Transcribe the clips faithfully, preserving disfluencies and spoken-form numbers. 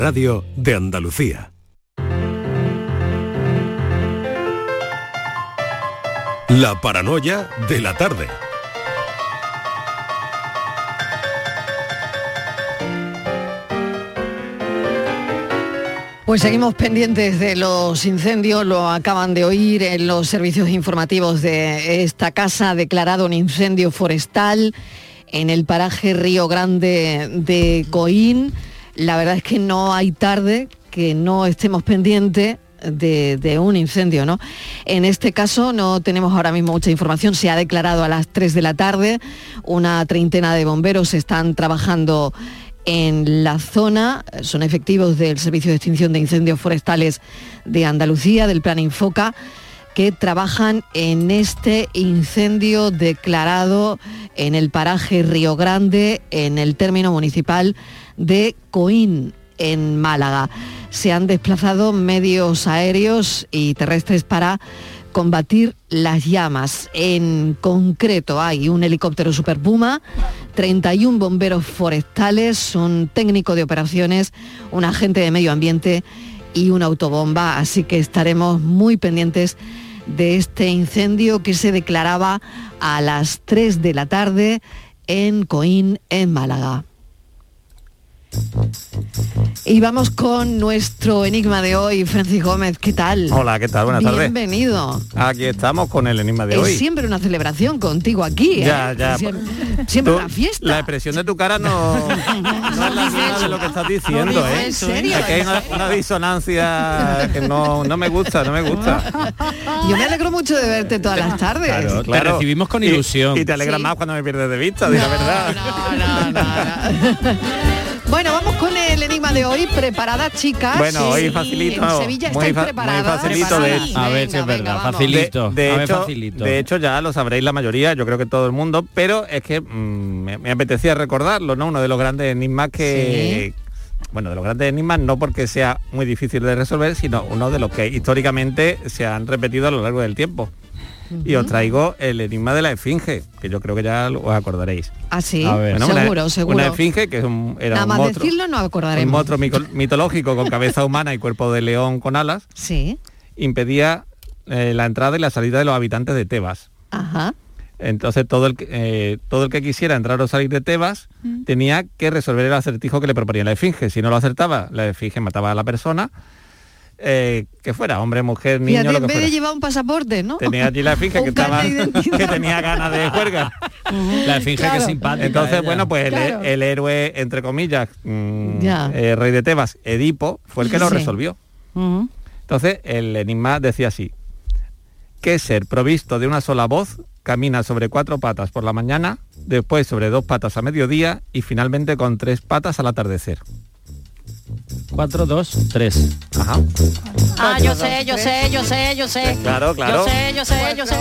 Radio de Andalucía. La paranoia de la tarde. Pues seguimos pendientes de los incendios, lo acaban de oír en los servicios informativos de esta casa, declarado un incendio forestal en el paraje Río Grande de Coín. La verdad es que no hay tarde que no estemos pendientes de, de un incendio, ¿no? En este caso no tenemos ahora mismo mucha información, se ha declarado a las tres de la tarde, una treintena de bomberos están trabajando en la zona, son efectivos del Servicio de Extinción de Incendios Forestales de Andalucía, del Plan Infoca, que trabajan en este incendio declarado en el paraje Río Grande, en el término municipal de Coín, en Málaga. Se han desplazado medios aéreos y terrestres para combatir las llamas. En concreto hay un helicóptero Super Puma, treinta y uno bomberos forestales, un técnico de operaciones, un agente de medio ambiente y una autobomba, así que estaremos muy pendientes de este incendio que se declaraba a las tres de la tarde en Coín, en Málaga. Y vamos con nuestro enigma de hoy, Francis Gómez, ¿qué tal? Hola, ¿qué tal? Buenas tardes. Bienvenido. Aquí estamos con el enigma de es hoy. Es siempre una celebración contigo aquí, ¿eh? Ya, ya. Siempre, siempre Tú, una fiesta. La expresión de tu cara no, no es la misma de lo que estás diciendo, no, ¿eh? ¿En serio? Aquí hay una, una disonancia que no, no me gusta, no me gusta. Yo me alegro mucho de verte todas las tardes. Claro, claro. Te recibimos con ilusión. Y, y te alegra Sí. más cuando me pierdes de vista, di la verdad. No, no, no, no. Bueno, vamos con el enigma de hoy. ¿Preparadas, chicas? Bueno, Sí. hoy facilito. En Sevilla muy, estáis fa- preparadas. muy facilito, de hecho. A ver si es Venga, verdad, vamos. facilito. De, de a ver, hecho, facilito. de hecho, ya lo sabréis la mayoría, yo creo que todo el mundo, pero es que mmm, me, me apetecía recordarlo, ¿no? Uno de los grandes enigmas que... Sí. Bueno, de los grandes enigmas no porque sea muy difícil de resolver, sino uno de los que históricamente se han repetido a lo largo del tiempo. Uh-huh. Y os traigo el enigma de la esfinge, que yo creo que ya os acordaréis. Ah, sí, A ver. Bueno, seguro, una, seguro. Una esfinge que es un, era Nada un más monstruo, decirlo no acordaremos. un monstruo mico- mitológico con cabeza humana y cuerpo de león con alas. Sí. Impedía eh, la entrada y la salida de los habitantes de Tebas. Ajá. Entonces todo el, que, eh, todo el que quisiera entrar o salir de Tebas mm. tenía que resolver el acertijo que le proponía la esfinge. Si no lo acertaba, la esfinge mataba a la persona, eh, que fuera hombre, mujer, niño, Fíjate, lo que en vez fuera. de llevar un pasaporte, ¿no? Tenía allí la esfinge que, estaba, que tenía ganas de juerga. La esfinge Claro. que es simpática. Entonces, ella. bueno, pues Claro. el, el héroe, entre comillas, mmm, Ya. eh, rey de Tebas, Edipo, fue el que lo Sí. resolvió. Uh-huh. Entonces, el enigma decía así: ¿qué ser provisto de una sola voz camina sobre cuatro patas por la mañana, después sobre dos patas a mediodía y finalmente con tres patas al atardecer? cuatro, dos, tres. Ajá. Ah, yo sé, yo sé, yo sé, yo sé. Claro, claro. Yo sé, yo sé, yo sé.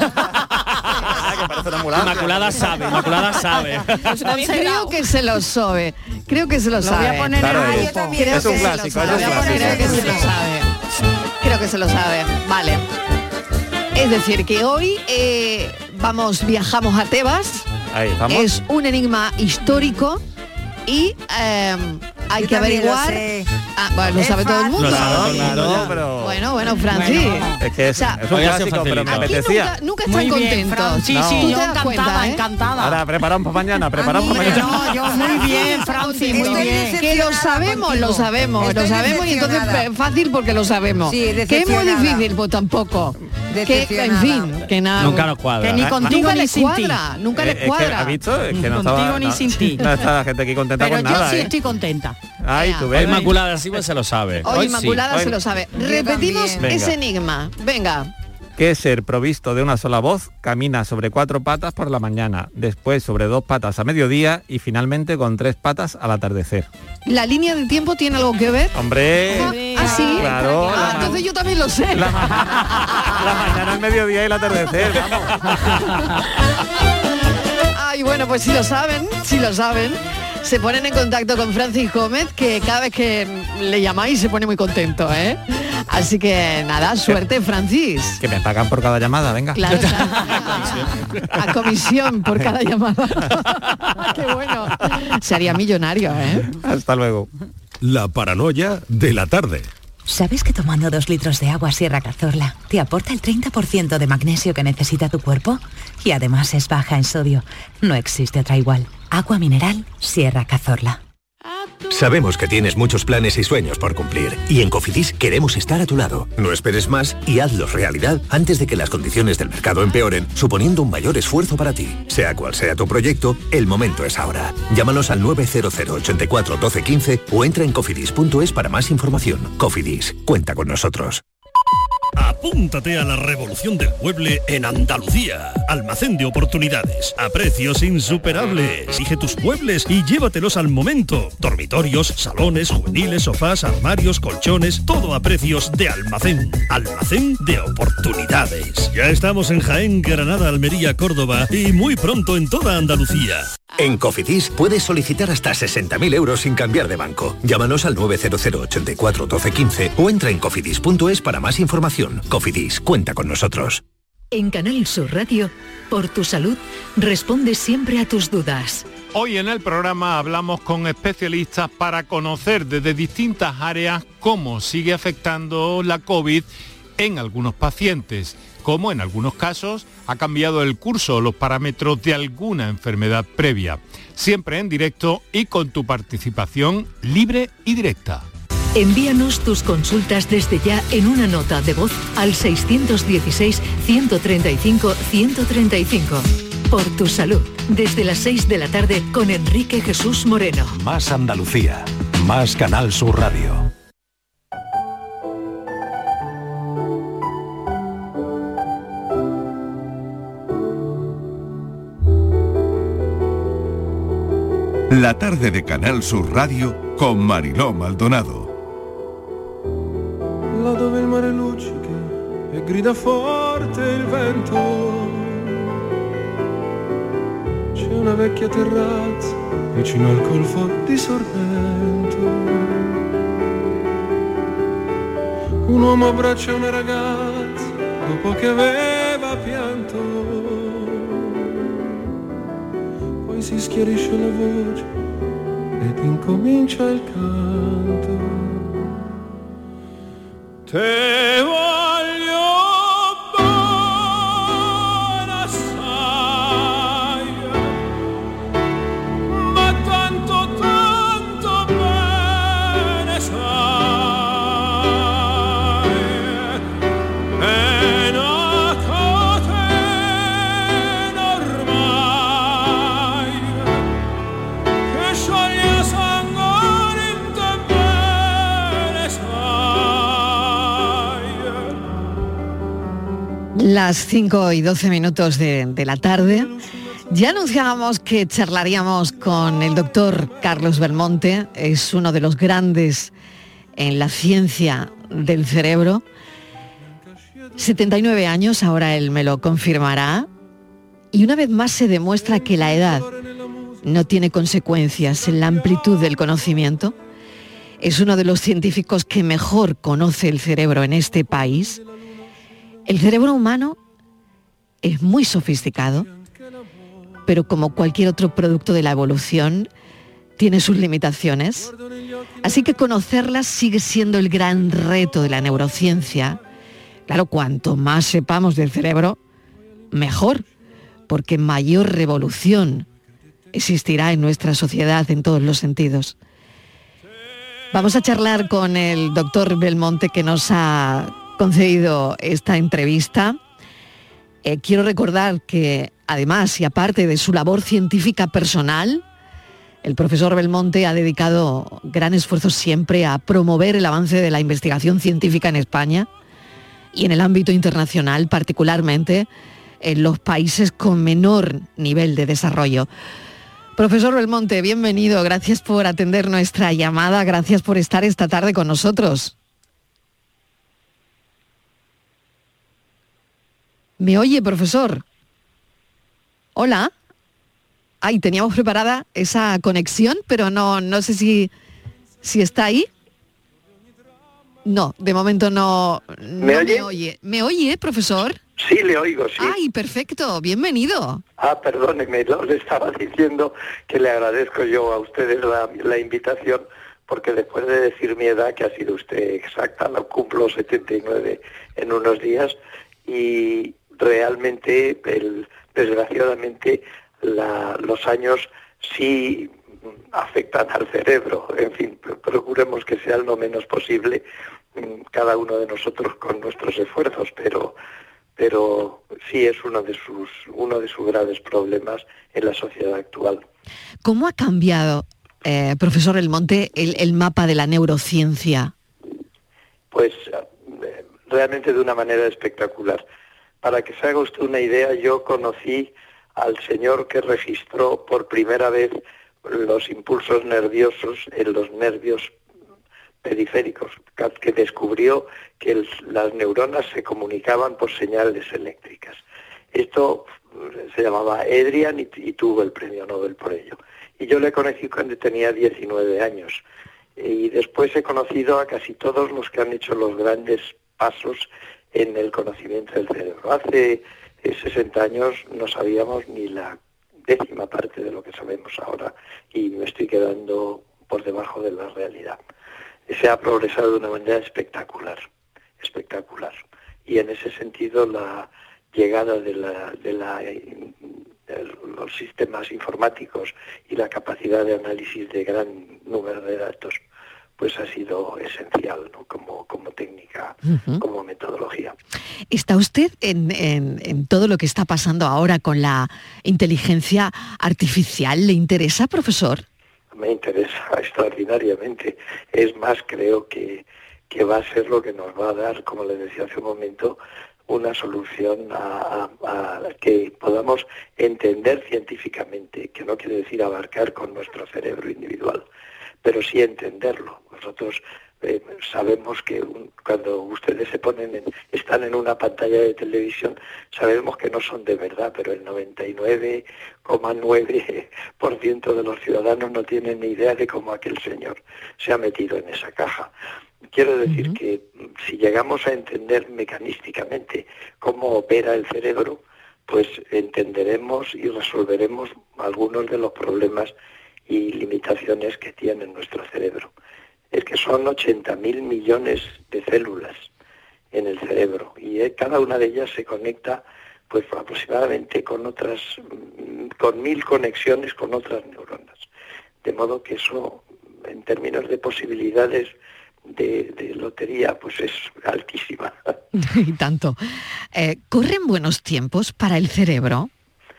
Que parece una ambulancia. Inmaculada sabe, Inmaculada sabe. Creo que se lo sabe. Creo que se lo, Lo sabe. voy a poner Claro, en es- el grupo. Creo es un que se clásico, lo es sabe. un Creo clásico. que se lo sabe. Creo que se lo sabe. Vale. Es decir, que hoy eh, vamos, viajamos a Tebas. Ahí estamos. Es un enigma histórico y eh, hay Yo que también lo averiguar. sé. Ah, bueno, lo Es sabe todo el mundo. Lo sabe todo el Claro, mundo. pero Bueno, bueno, Francis. Bueno. es que es, O sea, es un Hoy ha sido clásico, pero me facilito. Aquí apetecía. nunca, nunca están Muy bien, contentos. Fran. Sí, No. sí, Tú te yo das encantada, cuenta, ¿eh? encantada. Ahora, preparamos para mañana, preparamos para Hombre, mañana. no, yo muy bien, Francis, muy Estoy bien. Que lo sabemos, contigo. lo sabemos, Estoy lo sabemos y entonces decepcionada. es fácil porque lo sabemos. Sí, que es muy decepcionada. difícil, pues tampoco. Que, en Decepcionada. fin, que nada. Nunca nos cuadra. Que ni Ah, contigo Nunca ni les sin ti. cuadra, nunca Eh, les es que, cuadra. ¿has visto? Es que no Contigo estaba, ni no, sin ti. no está la gente aquí contenta Pero con yo nada, sí ¿eh? estoy contenta. Ay, tú Hoy ves. Inmaculada sí se lo sabe. Hoy Hoy Inmaculada sí. se Hoy- lo sabe. Yo Repetimos también. ese Venga. enigma. Venga. Que ser provisto de una sola voz camina sobre cuatro patas por la mañana, después sobre dos patas a mediodía y finalmente con tres patas al atardecer. ¿La línea de tiempo tiene algo que ver? Hombre, Ah, ¿ah, sí? claro, Ah, la- entonces yo también lo sé. la mañana, la mañana, el mediodía y el atardecer, vamos. Ay, bueno, pues si lo saben, si lo saben, se ponen en contacto con Francis Gómez, que cada vez que le llamáis se pone muy contento, ¿eh? Así que nada, suerte, Francis. Que me pagan por cada llamada, venga. Claro, a comisión por cada llamada. Qué bueno. Sería millonario, ¿eh? Hasta luego. La paranoia de la tarde. ¿Sabes que tomando dos litros de agua Sierra Cazorla te aporta el treinta por ciento de magnesio que necesita tu cuerpo? Y además es baja en sodio. No existe otra igual. Agua mineral Sierra Cazorla. Sabemos que tienes muchos planes y sueños por cumplir y en Cofidis queremos estar a tu lado. No esperes más y hazlos realidad antes de que las condiciones del mercado empeoren, suponiendo un mayor esfuerzo para ti. Sea cual sea tu proyecto, el momento es ahora. Llámanos al nueve cero cero, ochenta y cuatro, doce, quince o entra en cofidis punto es para más información. Cofidis, cuenta con nosotros. Apúntate a la revolución del mueble en Andalucía. Almacén de oportunidades, a precios insuperables. Elige tus muebles y llévatelos al momento. Dormitorios, salones, juveniles, sofás, armarios, colchones, todo a precios de almacén. Almacén de oportunidades. Ya estamos en Jaén, Granada, Almería, Córdoba y muy pronto en toda Andalucía. En Cofidis puedes solicitar hasta sesenta mil euros sin cambiar de banco. Llámanos al nueve cero cero, ochenta y cuatro, doce, quince o entra en cofidis punto es para más información. Cofidis, cuenta con nosotros. En Canal Sur Radio, por tu salud, responde siempre a tus dudas. Hoy en el programa hablamos con especialistas para conocer desde distintas áreas cómo sigue afectando la COVID en algunos pacientes, cómo en algunos casos ha cambiado el curso o los parámetros de alguna enfermedad previa. Siempre en directo y con tu participación libre y directa. Envíanos tus consultas desde ya en una nota de voz al seiscientos dieciséis, ciento treinta y cinco, ciento treinta y cinco. Por tu salud, desde las seis de la tarde con Enrique Jesús Moreno. Más Andalucía, más Canal Sur Radio. La tarde de Canal Sur Radio con Mariló Maldonado. Là dove il mare luccica e grida forte il vento, c'è una vecchia terrazza vicino al golfo di Sorrento. Un uomo abbraccia una ragazza dopo che aveva pianto, poi si schiarisce la voce ed incomincia il canto. Te voglio bene assai, ma tanto, tanto bene sai, è una catena ormai che scioglie sangue in te bene sai. Las cinco y doce minutos de, de la tarde. Ya anunciábamos que charlaríamos con el doctor Carlos Belmonte. Es uno de los grandes en la ciencia del cerebro. setenta y nueve años, ahora él me lo confirmará. Y una vez más se demuestra que la edad no tiene consecuencias en la amplitud del conocimiento. Es uno de los científicos que mejor conoce el cerebro en este país. El cerebro humano es muy sofisticado, pero como cualquier otro producto de la evolución, tiene sus limitaciones. Así que conocerlas sigue siendo el gran reto de la neurociencia. Claro, cuanto más sepamos del cerebro, mejor, porque mayor revolución existirá en nuestra sociedad en todos los sentidos. Vamos a charlar con el doctor Belmonte, que nos ha concedido esta entrevista. Eh, quiero recordar que además y aparte de su labor científica personal, el profesor Belmonte ha dedicado gran esfuerzo siempre a promover el avance de la investigación científica en España y en el ámbito internacional, particularmente en los países con menor nivel de desarrollo. Profesor Belmonte, bienvenido, gracias por atender nuestra llamada, gracias por estar esta tarde con nosotros. ¿Me oye, profesor? Hola. Ay, teníamos preparada esa conexión, pero no, no sé si, si está ahí. No, de momento no, no ¿Me oye? me oye. ¿Me oye, profesor? Sí, le oigo, sí. Ay, perfecto, bienvenido. Ah, perdóneme, no, le estaba diciendo que le agradezco yo a ustedes la, la invitación, porque después de decir mi edad, que ha sido usted exacta, lo cumplo setenta y nueve en unos días, y realmente, el, desgraciadamente, la, los años sí afectan al cerebro. En fin, procuremos que sea lo menos posible, cada uno de nosotros con nuestros esfuerzos, pero pero sí es uno de sus uno de sus graves problemas en la sociedad actual. ¿Cómo ha cambiado, eh, profesor El Monte, el, el mapa de la neurociencia? Pues eh, realmente de una manera espectacular. Para que se haga usted una idea, yo conocí al señor que registró por primera vez los impulsos nerviosos en los nervios periféricos, que descubrió que el, las neuronas se comunicaban por señales eléctricas. Esto se llamaba Edrian y, y tuvo el premio Nobel por ello. Y yo le conocí cuando tenía diecinueve años. Y después he conocido a casi todos los que han hecho los grandes pasos en el conocimiento del cerebro. Hace eh, sesenta años no sabíamos ni la décima parte de lo que sabemos ahora y me estoy quedando por debajo de la realidad. Se ha progresado de una manera espectacular, espectacular. Y en ese sentido la llegada de, la, de, la, de los sistemas informáticos y la capacidad de análisis de gran número de datos pues ha sido esencial, ¿no? como, como técnica, uh-huh. como metodología. ¿Está usted en, en, en todo lo que está pasando ahora con la inteligencia artificial? ¿Le interesa, profesor? Me interesa extraordinariamente. Es más, creo que, que va a ser lo que nos va a dar, como les decía hace un momento, una solución a, a, a que podamos entender científicamente, que no quiere decir abarcar con nuestro cerebro individual, pero sí entenderlo. Nosotros eh, sabemos que un, cuando ustedes se ponen en, están en una pantalla de televisión, sabemos que no son de verdad, pero el noventa y nueve coma nueve por ciento de los ciudadanos no tienen ni idea de cómo aquel señor se ha metido en esa caja. Quiero decir uh-huh. que si llegamos a entender mecanísticamente cómo opera el cerebro, pues entenderemos y resolveremos algunos de los problemas y limitaciones que tiene nuestro cerebro. Es que son ochenta mil millones de células en el cerebro y cada una de ellas se conecta pues aproximadamente con otras, con mil conexiones con otras neuronas. De modo que eso, en términos de posibilidades de, de lotería, pues es altísima. Y tanto. Eh, ¿Corren buenos tiempos para el cerebro?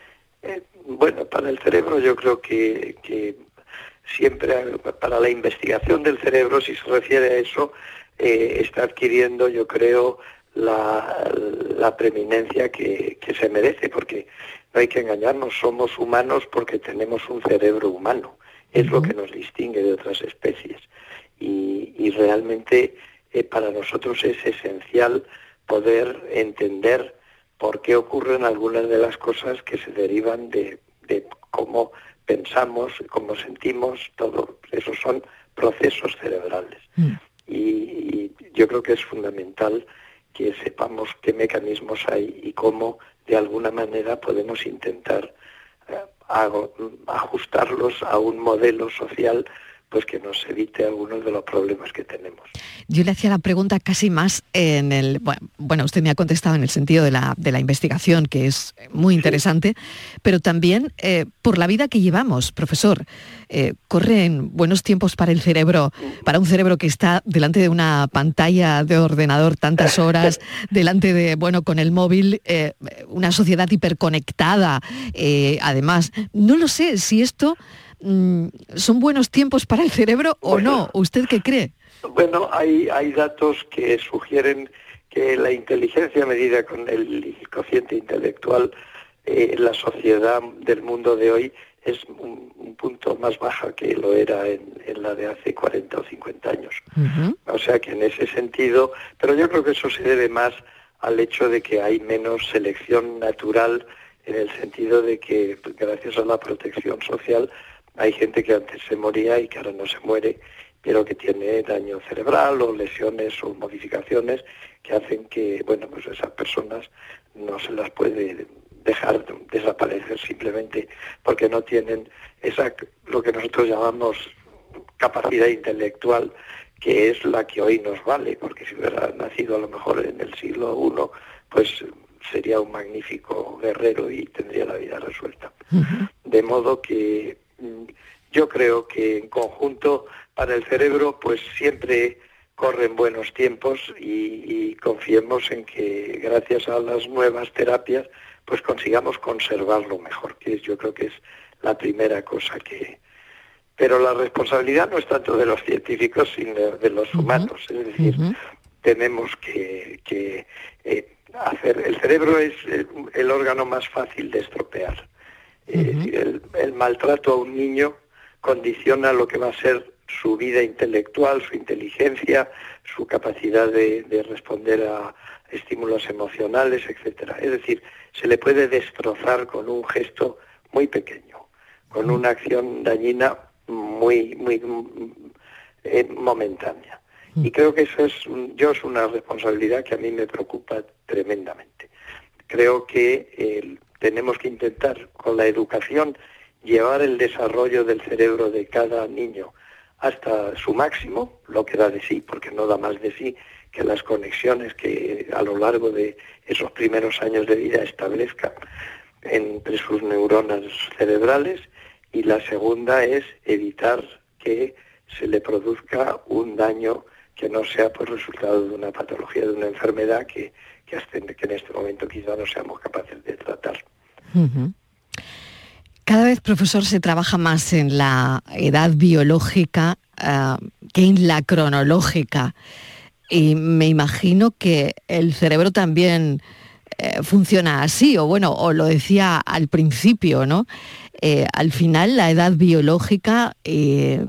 Eh, bueno, para el cerebro yo creo que, que siempre, para la investigación del cerebro, si se refiere a eso, eh, está adquiriendo, yo creo, la, la preeminencia que, que se merece, porque no hay que engañarnos, somos humanos porque tenemos un cerebro humano, es uh-huh. lo que nos distingue de otras especies. Y, y realmente eh, para nosotros es esencial poder entender por qué ocurren algunas de las cosas que se derivan de, de cómo pensamos, cómo sentimos, todo esos son procesos cerebrales. Mm. Y, y yo creo que es fundamental que sepamos qué mecanismos hay y cómo de alguna manera podemos intentar eh, hago, ajustarlos a un modelo social pues que nos evite algunos de los problemas que tenemos. Yo le hacía la pregunta casi más en el... Bueno, usted me ha contestado en el sentido de la, de la investigación, que es muy interesante, sí. pero también eh, por la vida que llevamos, profesor. Eh, ¿Corren buenos tiempos para el cerebro, para un cerebro que está delante de una pantalla de ordenador tantas horas, delante de, bueno, con el móvil, eh, una sociedad hiperconectada? Eh, además, no lo sé si esto... ¿Son buenos tiempos para el cerebro o bueno, no? ¿Usted qué cree? Bueno, hay, hay datos que sugieren que la inteligencia medida con el cociente intelectual eh, en la sociedad del mundo de hoy es un, un punto más baja que lo era en, en la de hace cuarenta o cincuenta años. Uh-huh. O sea que en ese sentido, pero yo creo que eso se debe más al hecho de que hay menos selección natural, en el sentido de que gracias a la protección social hay gente que antes se moría y que ahora no se muere, pero que tiene daño cerebral o lesiones o modificaciones que hacen que, bueno, pues esas personas no se las puede dejar desaparecer simplemente porque no tienen esa, lo que nosotros llamamos capacidad intelectual que es la que hoy nos vale, porque si hubiera nacido a lo mejor en el siglo primero, pues sería un magnífico guerrero y tendría la vida resuelta. Uh-huh. De modo que yo creo que en conjunto para el cerebro pues siempre corren buenos tiempos y, y confiemos en que gracias a las nuevas terapias pues consigamos conservarlo mejor, que yo creo que es la primera cosa que... Pero la responsabilidad no es tanto de los científicos, sino de los humanos. Uh-huh. Es decir, uh-huh. tenemos que, que eh, hacer... El cerebro es el, el órgano más fácil de estropear. Uh-huh. Es decir, el, el maltrato a un niño condiciona lo que va a ser su vida intelectual, su inteligencia, su capacidad de, de responder a estímulos emocionales, etcétera. Es decir, se le puede destrozar con un gesto muy pequeño, con una acción dañina muy muy eh, momentánea. Y creo que eso es un, yo es una responsabilidad que a mí me preocupa tremendamente. Creo que eh, tenemos que intentar con la educación llevar el desarrollo del cerebro de cada niño hasta su máximo, lo que da de sí, porque no da más de sí que las conexiones que a lo largo de esos primeros años de vida establezca entre sus neuronas cerebrales. Y la segunda es evitar que se le produzca un daño que no sea por resultado de una patología, de una enfermedad que, que, hasta, que en este momento quizá no seamos capaces de tratar. Uh-huh. Cada vez, profesor, se trabaja más en la edad biológica uh, que en la cronológica. Y me imagino que el cerebro también eh, funciona así, o bueno, o lo decía al principio, ¿no? Eh, al final la edad biológica, eh,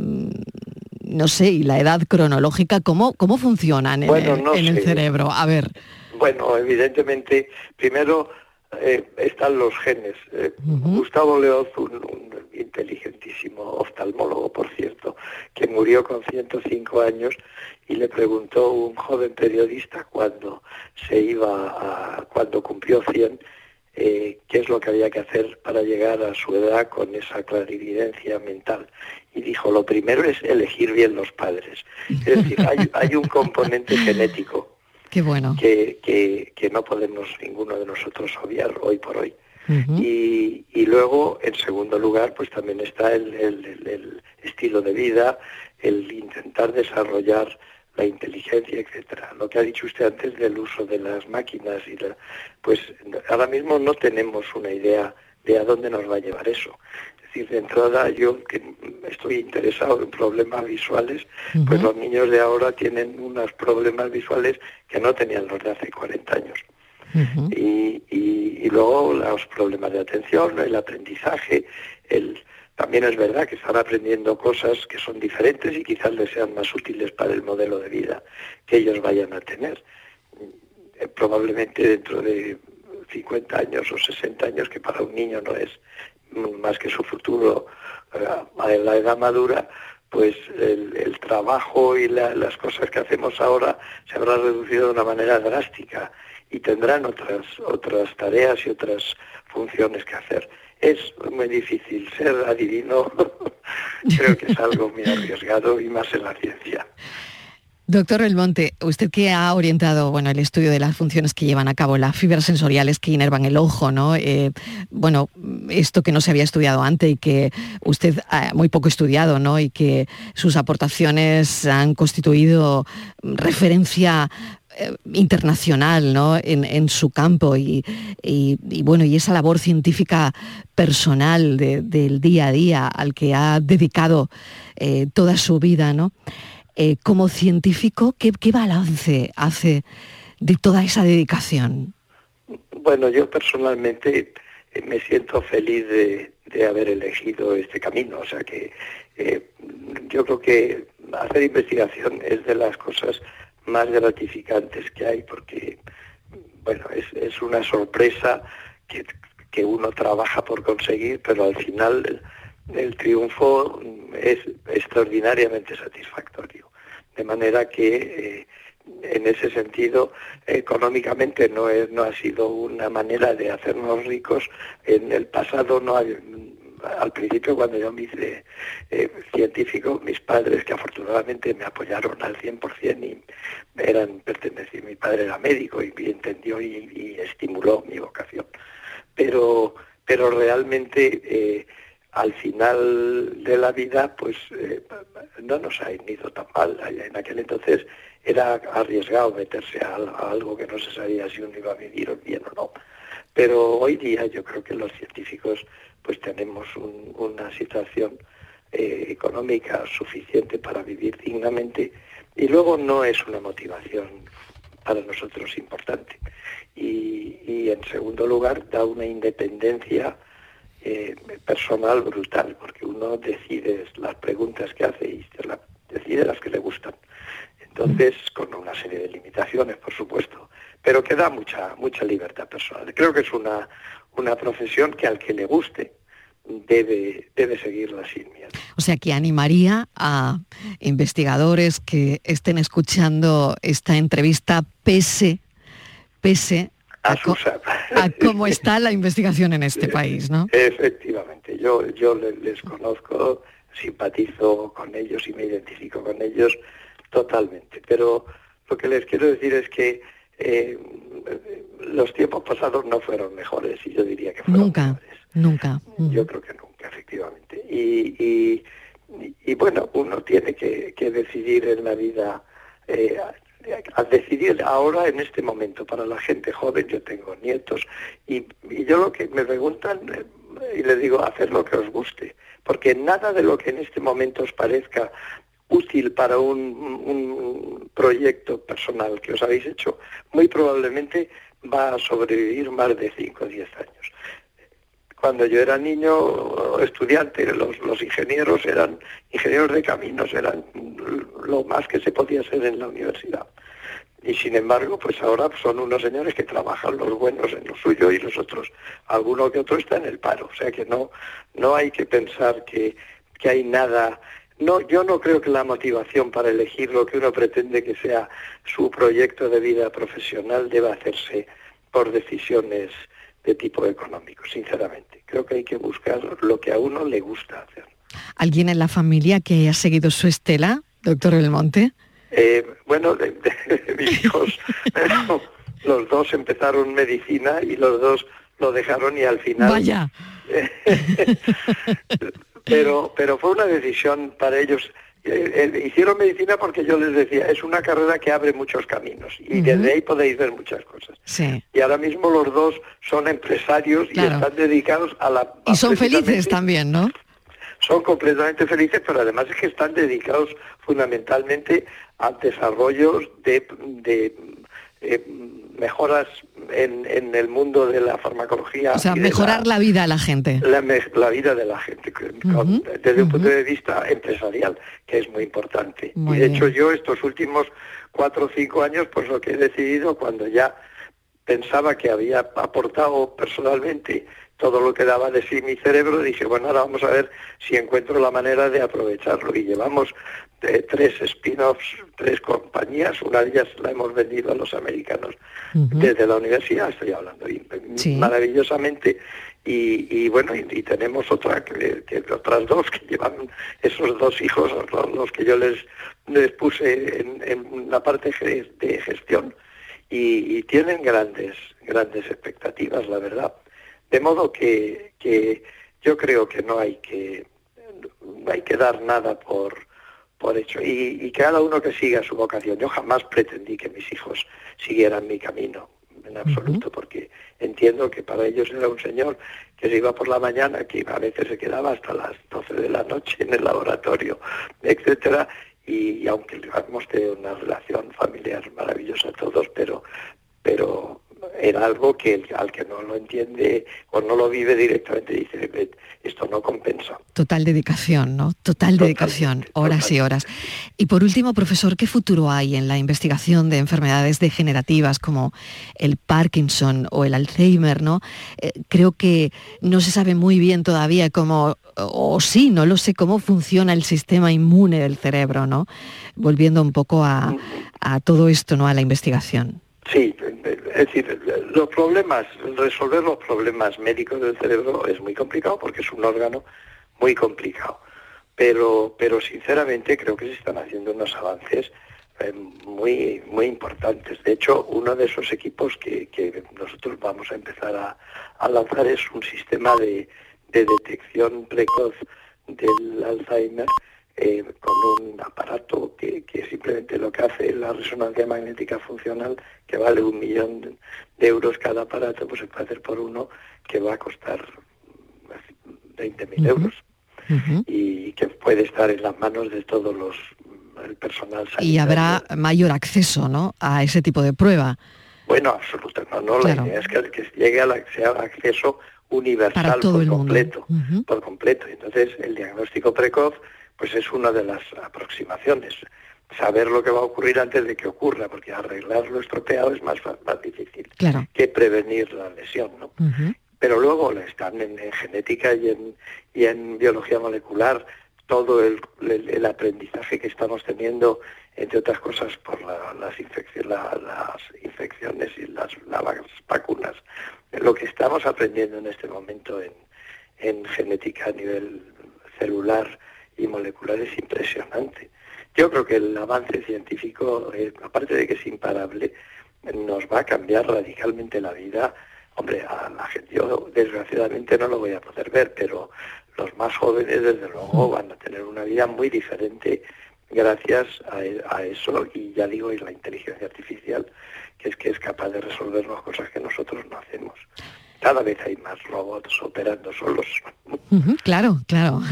no sé, y la edad cronológica, ¿cómo, cómo funcionan en, bueno, el, no en el cerebro? A ver. Bueno, evidentemente, primero eh, están los genes. Eh, uh-huh. Gustavo Leoz, un, un inteligentísimo oftalmólogo, por cierto, que murió con ciento cinco años, y le preguntó a un joven periodista cuando se iba a, cuando cumplió cien, Eh, qué es lo que había que hacer para llegar a su edad con esa clarividencia mental. Y dijo, lo primero es elegir bien los padres. Es decir, hay, hay un componente genético Qué bueno. que, que, que no podemos ninguno de nosotros obviar hoy por hoy. Uh-huh. Y, y luego, en segundo lugar, pues también está el, el, el, el estilo de vida, el intentar desarrollar la inteligencia, etcétera. Lo que ha dicho usted antes del uso de las máquinas, y la, pues ahora mismo no tenemos una idea de a dónde nos va a llevar eso. Es decir, de entrada, yo que estoy interesado en problemas visuales, uh-huh. pues los niños de ahora tienen unos problemas visuales que no tenían los de hace cuarenta años. Uh-huh. Y, y, y luego los problemas de atención, el aprendizaje, el... También es verdad que están aprendiendo cosas que son diferentes y quizás les sean más útiles para el modelo de vida que ellos vayan a tener. Eh, probablemente dentro de cincuenta años o sesenta años, que para un niño no es más que su futuro eh, a la edad madura, pues el, el trabajo y la, las cosas que hacemos ahora se habrá reducido de una manera drástica y tendrán otras, otras tareas y otras funciones que hacer. Es muy difícil ser adivino, creo que es algo muy arriesgado y más en la ciencia. Doctor Belmonte, usted que ha orientado bueno, el estudio de las funciones que llevan a cabo las fibras sensoriales que inervan el ojo, ¿no? Eh, bueno, esto que no se había estudiado antes y que usted ha muy poco estudiado, ¿no? Y que sus aportaciones han constituido referencia eh, internacional, ¿no? en, en su campo y, y, y bueno, y esa labor científica personal de, del día a día al que ha dedicado eh, toda su vida, ¿no? Eh, como científico, ¿qué, qué balance hace de toda esa dedicación? Bueno, yo personalmente eh, me siento feliz de, de haber elegido este camino. O sea que eh, yo creo que hacer investigación es de las cosas más gratificantes que hay, porque bueno, es, es una sorpresa que, que uno trabaja por conseguir, pero al final el, el triunfo es extraordinariamente satisfactorio. De manera que eh, en ese sentido económicamente no es, no ha sido una manera de hacernos ricos. En el pasado no ha, al principio cuando yo me hice eh, científico, mis padres, que afortunadamente me apoyaron al cien por ciento y eran pertenecientes, mi padre era médico y, y entendió y, y estimuló mi vocación. Pero, pero realmente eh, al final de la vida, pues eh, no nos ha ido tan mal. En aquel entonces era arriesgado meterse a, a algo que no se sabía si uno iba a vivir bien o no. Pero hoy día yo creo que los científicos pues tenemos un, una situación eh, económica suficiente para vivir dignamente, y luego no es una motivación para nosotros importante. Y, y en segundo lugar da una independencia eh, personal brutal, porque uno decide las preguntas que hace y se la, decide las que le gustan. Entonces, con una serie de limitaciones, por supuesto, pero que da mucha mucha libertad personal. Creo que es una, una profesión que al que le guste debe, debe seguirla sin miedo. O sea, que animaría a investigadores que estén escuchando esta entrevista pese, pese a, co- a cómo está la investigación en este país, ¿no? Efectivamente, yo, yo les conozco, simpatizo con ellos y me identifico con ellos totalmente, pero lo que les quiero decir es que eh, los tiempos pasados no fueron mejores, y yo diría que fueron nunca, mejores. Nunca. Yo creo que nunca, efectivamente. Y, y, y bueno, uno tiene que, que decidir en la vida, eh, a, a decidir ahora, en este momento, para la gente joven. Yo tengo nietos, y, y yo lo que me preguntan, eh, y les digo, haced lo que os guste, porque nada de lo que en este momento os parezca útil para un, un proyecto personal que os habéis hecho, muy probablemente va a sobrevivir más de cinco o diez años. Cuando yo era niño, estudiante, los, los ingenieros eran ingenieros de caminos, eran lo más que se podía hacer en la universidad. Y sin embargo, pues ahora son unos señores que trabajan, los buenos en lo suyo y los otros, alguno que otro está en el paro. O sea que no, no hay que pensar que, que hay nada. No, yo no creo que la motivación para elegir lo que uno pretende que sea su proyecto de vida profesional deba hacerse por decisiones de tipo económico, sinceramente. Creo que hay que buscar lo que a uno le gusta hacer. ¿Alguien en la familia que haya seguido su estela, doctor Belmonte? Eh, bueno, de, de, mis hijos, los dos empezaron medicina y los dos lo dejaron, y al final... Vaya. pero, pero fue una decisión para ellos. Eh, eh, hicieron medicina porque yo les decía, es una carrera que abre muchos caminos y uh-huh. desde ahí podéis ver muchas cosas. Sí. Y ahora mismo los dos son empresarios, claro, y están dedicados a la... Y son felices también, ¿no? Son completamente felices, pero además es que están dedicados fundamentalmente a desarrollos de, de eh, mejoras en, en el mundo de la farmacología. O sea, mejorar la, la vida a la gente. La, la vida de la gente, uh-huh. con, desde uh-huh. un punto de vista empresarial, que es muy importante. Muy y de bien. hecho yo estos últimos cuatro o cinco años, pues lo que he decidido, cuando ya pensaba que había aportado personalmente todo lo que daba de sí mi cerebro, dije, bueno, ahora vamos a ver si encuentro la manera de aprovecharlo. Y llevamos eh, tres spin-offs, tres compañías, una de ellas la hemos vendido a los americanos uh-huh. desde la universidad, estoy hablando, y, sí. maravillosamente, y, y bueno, y, y tenemos otra, que, que otras dos que llevan esos dos hijos, los, los que yo les, les puse en, en la parte de gestión, y, y tienen grandes, grandes expectativas, la verdad. De modo que, que yo creo que no hay que no hay que dar nada por, por hecho. Y, y cada uno que siga su vocación. Yo jamás pretendí que mis hijos siguieran mi camino, en absoluto, uh-huh. porque entiendo que para ellos era un señor que se iba por la mañana, que a veces se quedaba hasta las doce de la noche en el laboratorio, etcétera. Y, y aunque hemos tenido una relación familiar maravillosa todos, pero pero era algo que el, al que no lo entiende o no lo vive directamente dice, esto no compensa. Total dedicación, ¿no? Total dedicación, horas total. y horas. Y por último, profesor, ¿qué futuro hay en la investigación de enfermedades degenerativas como el Parkinson o el Alzheimer, ¿no? Eh, creo que no se sabe muy bien todavía cómo, o sí, no lo sé, cómo funciona el sistema inmune del cerebro, ¿no? Volviendo un poco a, a todo esto, ¿no? A la investigación. Sí, Es decir, los problemas, resolver los problemas médicos del cerebro es muy complicado porque es un órgano muy complicado. Pero, pero sinceramente creo que se están haciendo unos avances eh, muy, muy importantes. De hecho, uno de esos equipos que, que nosotros vamos a empezar a, a lanzar es un sistema de, de detección precoz del Alzheimer, Eh, con un aparato que, que simplemente lo que hace es la resonancia magnética funcional, que vale un millón de euros cada aparato, pues se puede hacer por uno que va a costar veinte mil uh-huh. euros uh-huh. y que puede estar en las manos de todos los el personal sanitario. Y habrá mayor acceso, ¿no?, a ese tipo de prueba. Bueno, absolutamente, no, no claro. La idea es que, que llegue a la, sea acceso universal para todo por el completo, mundo. Uh-huh. por completo. Entonces, el diagnóstico precoz pues es una de las aproximaciones. Saber lo que va a ocurrir antes de que ocurra, porque arreglar lo estropeado es más, más difícil claro. que prevenir la lesión, ¿no? Uh-huh. Pero luego están en, en genética y en, y en biología molecular todo el, el, el aprendizaje que estamos teniendo, entre otras cosas, por la, las, infecci- la, las infecciones y las, las vacunas. Lo que estamos aprendiendo en este momento en, en genética a nivel celular y molecular es impresionante. Yo creo que el avance científico, eh, aparte de que es imparable, nos va a cambiar radicalmente la vida. Hombre, a la gente, yo desgraciadamente no lo voy a poder ver, pero los más jóvenes desde luego van a tener una vida muy diferente gracias a, a eso, y ya digo, y la inteligencia artificial, que es que es capaz de resolvernos cosas que nosotros no hacemos. Cada vez hay más robots operando solos. Uh-huh, claro, claro.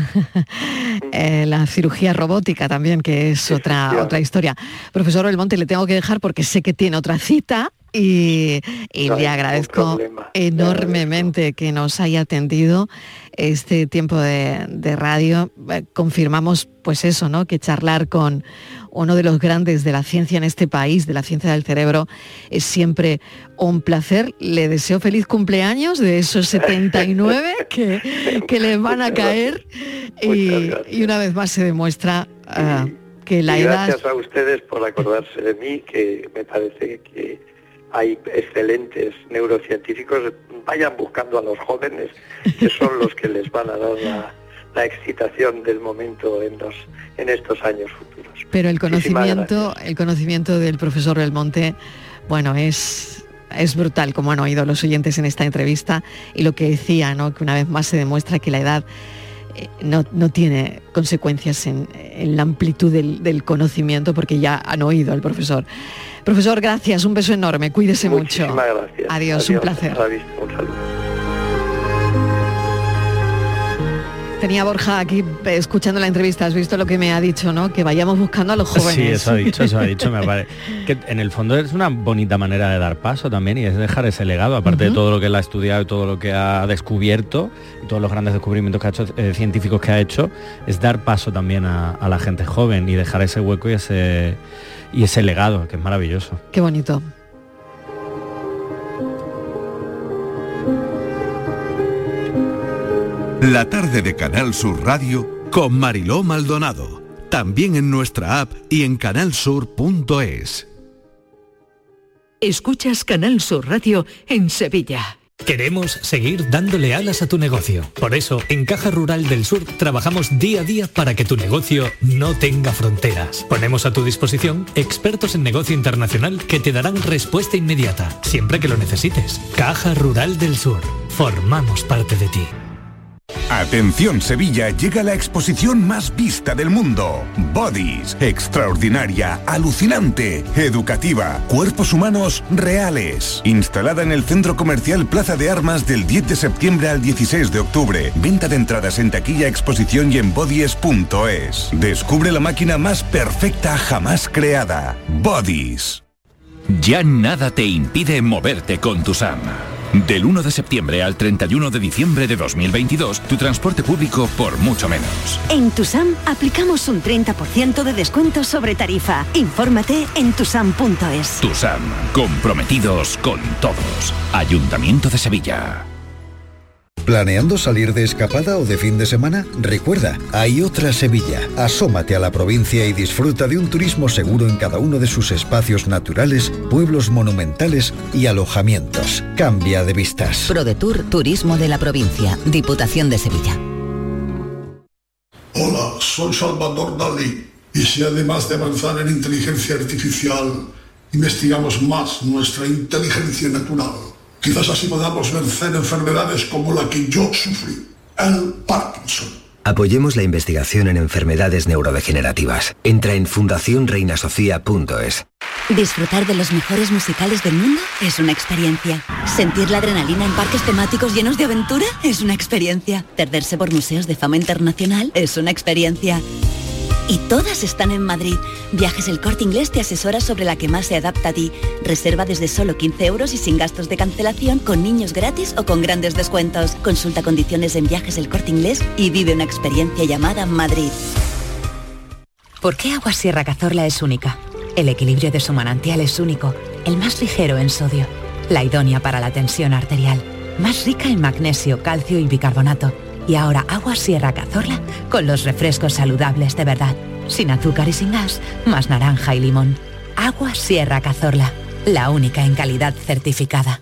eh, la cirugía robótica también, que es otra, otra historia. Profesor Belmonte, le tengo que dejar porque sé que tiene otra cita y, y no le agradezco enormemente agradezco. que nos haya atendido este tiempo de, de radio. Eh, confirmamos pues eso, ¿no?, que charlar con uno de los grandes de la ciencia en este país, de la ciencia del cerebro, es siempre un placer. Le deseo feliz cumpleaños de esos setenta y nueve que, que le van a caer y, y una vez más se demuestra uh, que la y edad... Gracias a ustedes por acordarse de mí, que me parece que hay excelentes neurocientíficos. Vayan buscando a los jóvenes, que son los que les van a dar la... la excitación del momento en los en estos años futuros. Pero el conocimiento, el conocimiento del profesor Belmonte, bueno, es es brutal, como han oído los oyentes en esta entrevista, y lo que decía, ¿no?, que una vez más se demuestra que la edad eh, no, no tiene consecuencias en, en la amplitud del, del conocimiento, porque ya han oído al profesor. Profesor, gracias, un beso enorme, cuídese Muchísimas mucho. Gracias. Adiós, Adiós, un placer. Un saludo. Tenía Borja aquí escuchando la entrevista, has visto lo que me ha dicho, ¿no? Que vayamos buscando a los jóvenes. Sí, eso ha dicho, eso ha dicho, me parece. Que en el fondo es una bonita manera de dar paso también, y es dejar ese legado, aparte uh-huh. de todo lo que él ha estudiado y todo lo que ha descubierto, y todos los grandes descubrimientos que ha hecho, eh, científicos que ha hecho, es dar paso también a, a la gente joven y dejar ese hueco y ese, y ese legado, que es maravilloso. Qué bonito. La tarde de Canal Sur Radio con Mariló Maldonado. También en nuestra app y en canal sur punto es. Escuchas Canal Sur Radio en Sevilla. Queremos seguir dándole alas a tu negocio. Por eso, en Caja Rural del Sur trabajamos día a día para que tu negocio no tenga fronteras. Ponemos a tu disposición expertos en negocio internacional que te darán respuesta inmediata, siempre que lo necesites. Caja Rural del Sur. Formamos parte de ti. Atención Sevilla, llega la exposición más vista del mundo. Bodies, extraordinaria, alucinante, educativa, cuerpos humanos reales. Instalada en el Centro Comercial Plaza de Armas del diez de septiembre al dieciséis de octubre. Venta de entradas en taquilla, exposición y en bodies punto es. Descubre la máquina más perfecta jamás creada. Bodies. Ya nada te impide moverte con Tusam. Del uno de septiembre al treinta y uno de diciembre de dos mil veintidós, tu transporte público por mucho menos. En Tusam aplicamos un treinta por ciento de descuento sobre tarifa. Infórmate en tusam punto es. Tusam, comprometidos con todos. Ayuntamiento de Sevilla. ¿Planeando salir de escapada o de fin de semana? Recuerda, hay otra Sevilla. Asómate a la provincia y disfruta de un turismo seguro en cada uno de sus espacios naturales, pueblos monumentales y alojamientos. Cambia de vistas. ProDetour Turismo de la Provincia, Diputación de Sevilla. Hola, soy Salvador Dalí. Y si además de avanzar en inteligencia artificial, investigamos más nuestra inteligencia natural, quizás así podamos vencer enfermedades como la que yo sufrí, el Parkinson. Apoyemos la investigación en enfermedades neurodegenerativas. Entra en fundación reina sofía punto es. Disfrutar de los mejores musicales del mundo es una experiencia. Sentir la adrenalina en parques temáticos llenos de aventura es una experiencia. Perderse por museos de fama internacional es una experiencia. Y todas están en Madrid. Viajes El Corte Inglés te asesora sobre la que más se adapta a ti. Reserva desde solo quince euros y sin gastos de cancelación, con niños gratis o con grandes descuentos. Consulta condiciones en Viajes El Corte Inglés y vive una experiencia llamada Madrid. ¿Por qué Agua Sierra Cazorla es única? El equilibrio de su manantial es único, el más ligero en sodio, la idónea para la tensión arterial, más rica en magnesio, calcio y bicarbonato. Y ahora Agua Sierra Cazorla con los refrescos saludables de verdad, sin azúcar y sin gas, más naranja y limón. Agua Sierra Cazorla, la única en calidad certificada.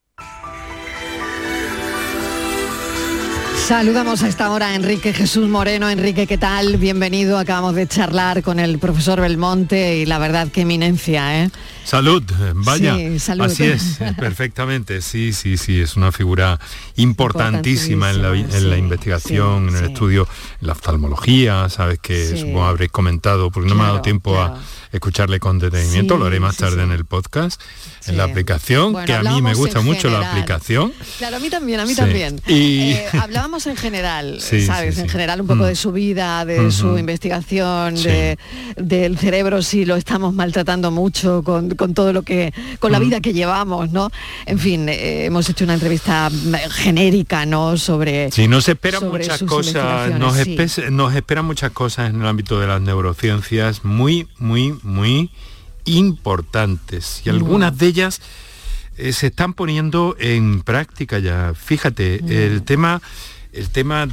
Saludamos a esta hora a Enrique Jesús Moreno. Enrique, ¿qué tal? Bienvenido. Acabamos de charlar con el profesor Belmonte y la verdad, qué eminencia, ¿eh? Salud, vaya. Sí, salud. Así es, perfectamente. Sí, sí, sí, es una figura importantísima en la, en sí, la investigación, sí, en el sí. estudio, en la oftalmología, sabes que sí. supongo habréis comentado, porque no claro, me ha dado tiempo claro. a escuché con detenimiento, sí, lo haré más tarde sí, sí. en el podcast, sí. en la aplicación, bueno, que a mí me gusta mucho general. la aplicación. Claro, a mí también, a mí sí. también. Y... Eh, hablábamos en general, sí, ¿sabes? Sí, sí. En general un poco mm. de su vida, de uh-huh. su investigación, sí. de, del cerebro, si lo estamos maltratando mucho con, con todo lo que, con la uh-huh. vida que llevamos, ¿no? En fin, eh, hemos hecho una entrevista genérica, ¿no? Sobre... Sí, nos esperan muchas cosas, nos, sí. espe- nos esperan muchas cosas en el ámbito de las neurociencias, muy, muy, muy importantes. Y algunas de ellas eh, se están poniendo en práctica ya. Fíjate, mm. el tema, el tema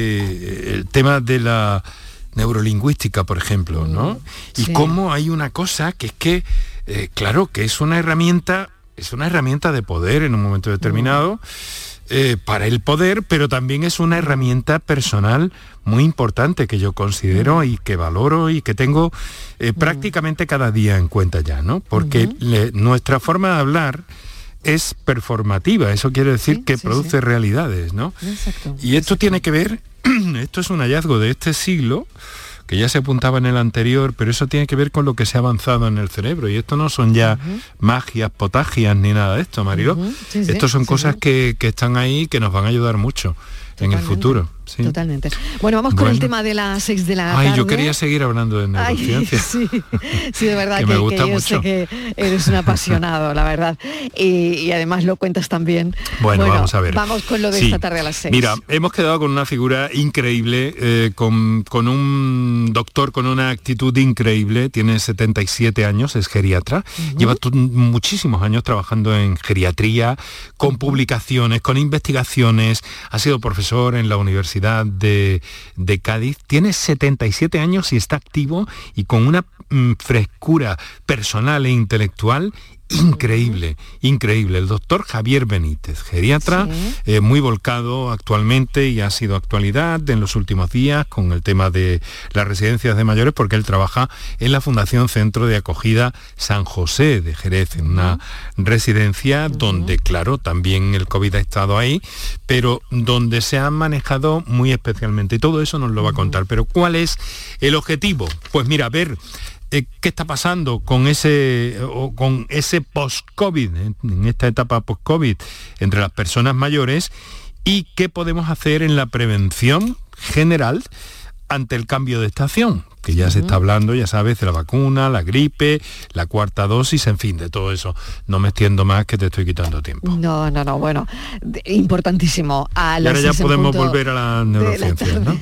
de el tema de la neurolingüística, por ejemplo, ¿no? Y sí. cómo hay una cosa que es que, eh, claro, que es una herramienta, es una herramienta de poder en un momento determinado. Mm. Eh, para el poder, pero también es una herramienta personal muy importante que yo considero y que valoro y que tengo eh, prácticamente cada día en cuenta ya, ¿no? Porque uh-huh. le, nuestra forma de hablar es performativa, eso quiere decir sí, que sí, produce sí. realidades, ¿no? Exacto. Y esto Exacto. tiene que ver, esto es un hallazgo de este siglo, que ya se apuntaba en el anterior, pero eso tiene que ver con lo que se ha avanzado en el cerebro. Y esto no son ya uh-huh. magias, potagias, ni nada de esto, Mariló. Uh-huh. Sí, sí, Estos son sí, cosas sí. Que, que están ahí, que nos van a ayudar mucho. Totalmente. En el futuro. Sí. Totalmente. Bueno, vamos con bueno. el tema de las seis de la tarde. Ay, yo quería seguir hablando de neurociencia. Sí, sí, de verdad que, que, me gusta que yo mucho. sé que eres un apasionado, la verdad. Y, y además lo cuentas también. Bueno, bueno, vamos a ver. Vamos con lo de sí. esta tarde a las seis. Mira, hemos quedado con una figura increíble, eh, con, con un doctor con una actitud increíble, tiene setenta y siete años, es geriatra, uh-huh. lleva t- muchísimos años trabajando en geriatría, con uh-huh. publicaciones, con investigaciones, ha sido profesor en la Universidad de, de Cádiz, tiene setenta y siete años y está activo y con una mm, frescura personal e intelectual increíble, increíble. El doctor Javier Benítez, geriatra, sí. eh, muy volcado actualmente y ha sido actualidad en los últimos días con el tema de las residencias de mayores, porque él trabaja en la Fundación Centro de Acogida San José de Jerez, en una uh-huh. residencia uh-huh. donde, claro, también el COVID ha estado ahí, pero donde se ha manejado muy especialmente. Y todo eso nos lo va a contar. Pero ¿cuál es el objetivo? Pues mira, ver Eh, qué está pasando con ese o con ese post-COVID, eh, en esta etapa post-COVID entre las personas mayores, y qué podemos hacer en la prevención general ante el cambio de estación, que ya uh-huh. se está hablando, ya sabes, de la vacuna, la gripe, la cuarta dosis, en fin, de todo eso. No me extiendo más, que te estoy quitando tiempo. No, no, no, bueno, de, importantísimo. A y ahora ya podemos volver a las neurociencias, ¿no?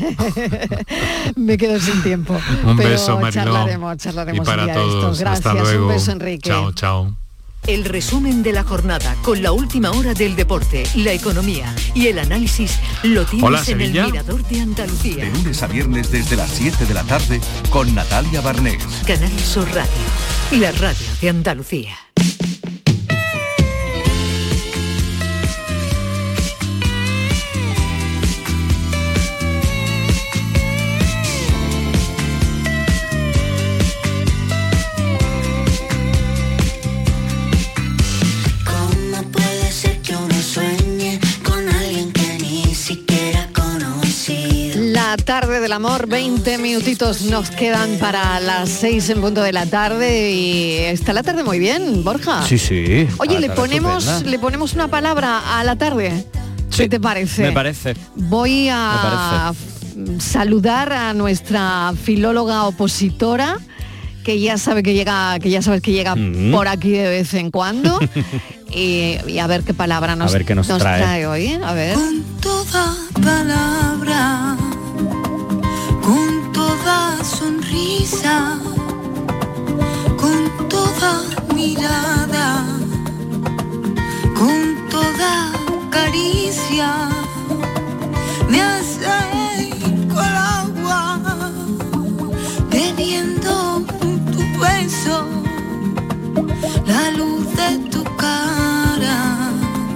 Me quedo sin tiempo. Un pero beso, Mariló. Charlaremos, charlaremos y para un día todos. de esto. Gracias, hasta luego. Un beso, Enrique. Chao, chao. El resumen de la jornada con la última hora del deporte, la economía y el análisis lo tienes Hola, en Sevilla. el Mirador de Andalucía. De lunes a viernes desde las siete de la tarde con Natalia Barnés. Canal Sur Radio, la radio de Andalucía. Tarde del amor, veinte minutitos nos quedan para las seis en punto de la tarde y está la tarde muy bien, Borja. Sí, sí. Oye, le ponemos, le ponemos una palabra a la tarde. Sí, ¿Qué te parece? Me parece. Voy a Me saludar a nuestra filóloga opositora, que ya sabe que llega, que ya sabes que llega mm. por aquí de vez en cuando. y, y a ver qué palabra nos, a ver qué nos, nos trae. trae hoy. A ver. Con toda palabra, con toda sonrisa, con toda mirada, con toda caricia, me acerco al agua, bebiendo tu beso, la luz de tu cara,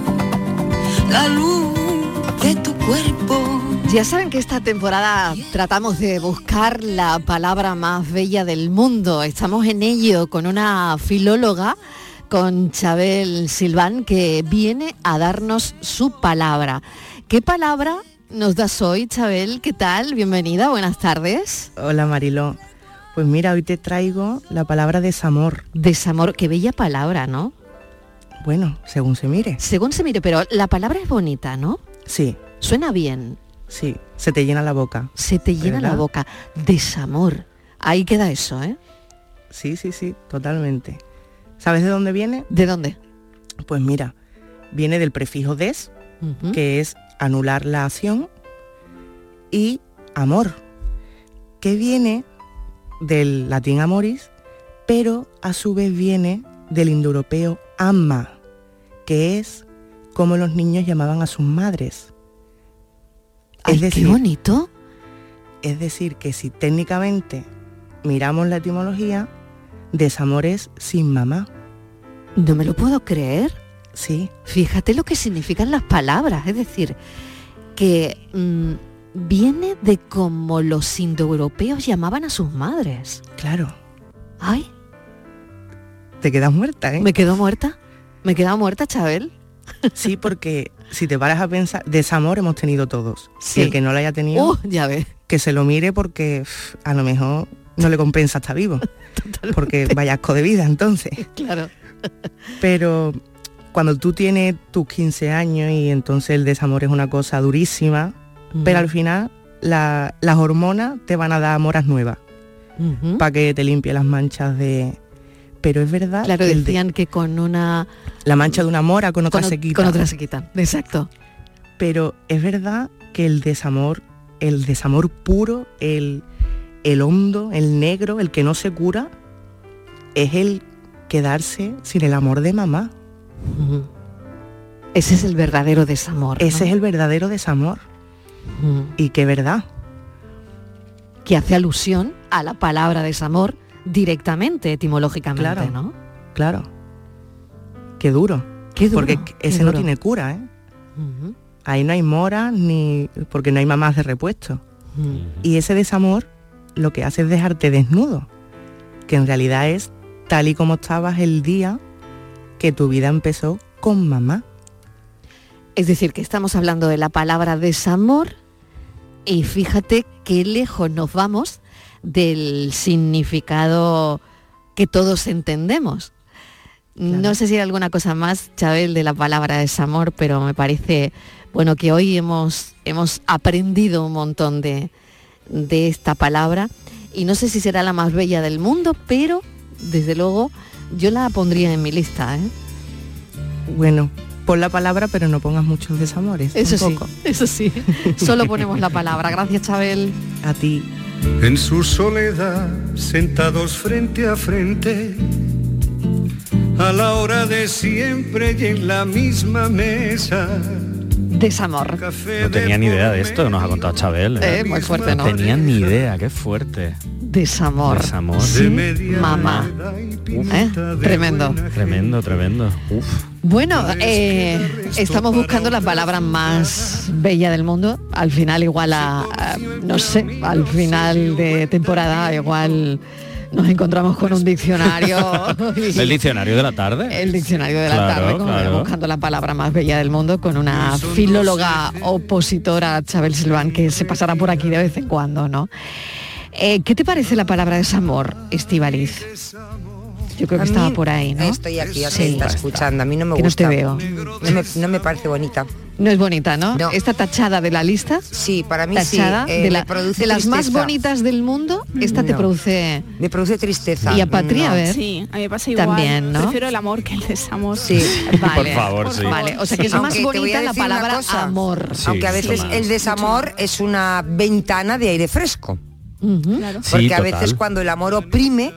la luz de tu cuerpo. Ya saben que esta temporada tratamos de buscar la palabra más bella del mundo. Estamos en ello con una filóloga, con Chabel Silván, que viene a darnos su palabra. ¿Qué palabra nos das hoy, Chabel? ¿Qué tal? Bienvenida, buenas tardes. Hola, Mariló. Pues mira, hoy te traigo la palabra desamor. Desamor, qué bella palabra, ¿no? Bueno, según se mire. Según se mire, pero la palabra es bonita, ¿no? Sí. Suena bien. Sí, se te llena la boca. Se te llena ¿verdad? La boca. Desamor. Ahí queda eso, ¿eh? Sí, sí, sí, totalmente. ¿Sabes de dónde viene? ¿De dónde? Pues mira, viene del prefijo des, uh-huh. que es anular la acción, y amor, que viene del latín amoris, pero a su vez viene del indoeuropeo amma, que es como los niños llamaban a sus madres. Ay, es decir, qué bonito. Es decir, que si técnicamente miramos la etimología, desamor es sin mamá. No me lo puedo creer. Sí. Fíjate lo que significan las palabras, es decir, que mmm, viene de como los indoeuropeos llamaban a sus madres. Claro. Ay. Te quedas muerta, ¿eh? ¿Me quedo muerta? ¿Me he quedado muerta, Chabel? Sí, porque si te paras a pensar, desamor hemos tenido todos. Sí. Y el que no lo haya tenido, uh, ya ves. Que se lo mire porque pff, a lo mejor no le compensa estar vivo. Totalmente. Porque vaya asco de vida, entonces. Claro. Pero cuando tú tienes tus quince años y entonces el desamor es una cosa durísima, uh-huh. pero al final la, las hormonas te van a dar amoras nuevas uh-huh. para que te limpie las manchas de... Pero es verdad claro, que decían de, que con una... La mancha de una mora con otra con, se quita. Con otra se quita, exacto. Pero es verdad que el desamor, el desamor puro, el, el hondo, el negro, el que no se cura, es el quedarse sin el amor de mamá. Uh-huh. Ese es el verdadero desamor, ¿no? Ese es el verdadero desamor. Uh-huh. Y qué verdad. Que hace alusión a la palabra desamor directamente, etimológicamente, claro, ¿no? Claro. Qué duro. Qué duro. Porque ese duro. no tiene cura, ¿eh? Uh-huh. Ahí no hay moras ni... porque no hay mamás de repuesto. Uh-huh. Y ese desamor lo que hace es dejarte desnudo. Que en realidad es tal y como estabas el día que tu vida empezó con mamá. Es decir, que estamos hablando de la palabra desamor y fíjate qué lejos nos vamos del significado que todos entendemos. Claro. No sé si hay alguna cosa más, Chabel, de la palabra desamor, pero me parece, bueno, que hoy hemos, hemos aprendido un montón de, de esta palabra y no sé si será la más bella del mundo, pero desde luego yo la pondría en mi lista, ¿eh? Bueno, pon la palabra, pero no pongas muchos desamores. Eso sí, poco. eso sí. Solo ponemos la palabra. Gracias, Chabel. A ti. En su soledad, sentados frente a frente, a la hora de siempre y en la misma mesa. Desamor. No tenía ni idea de esto que nos ha contado Chabel. Eh, muy fuerte, ¿no? No tenía ni idea, qué fuerte. Desamor. Desamor. Sin mamá. ¿Eh? Tremendo. Tremendo, tremendo. Uf. Bueno, eh, estamos buscando la palabra más bella del mundo. Al final igual a, a, no sé, al final de temporada igual nos encontramos con un diccionario. ¿El diccionario de la tarde? El diccionario de la Claro, tarde, como claro. buscando la palabra más bella del mundo, con una filóloga opositora, Chabel Silván, que se pasará por aquí de vez en cuando, ¿no? Eh, ¿Qué te parece la palabra desamor, Estíbaliz? Yo creo que A estaba mí- por ahí, ¿no? Estoy aquí, Sí. atenta, escuchando. A mí no me Que no gusta. te veo. No me, no me parece bonita. No es bonita, ¿no? No. ¿Está tachada de la lista? Sí, para mí tachada sí. eh, de, me la- produce de las más tristeza. bonitas del mundo, esta te No. produce... Me produce tristeza. Y apatría, No. a ver. Sí, a mí me pasa igual. También, ¿no? Prefiero el amor que el desamor. Sí. Vale. Por favor, sí. Vale, o sea que es Aunque más te voy a bonita la decir una palabra cosa. amor. Sí, Aunque a veces mucho el más. desamor es una ventana de aire fresco. Claro. Sí, Porque a total. veces cuando el amor oprime,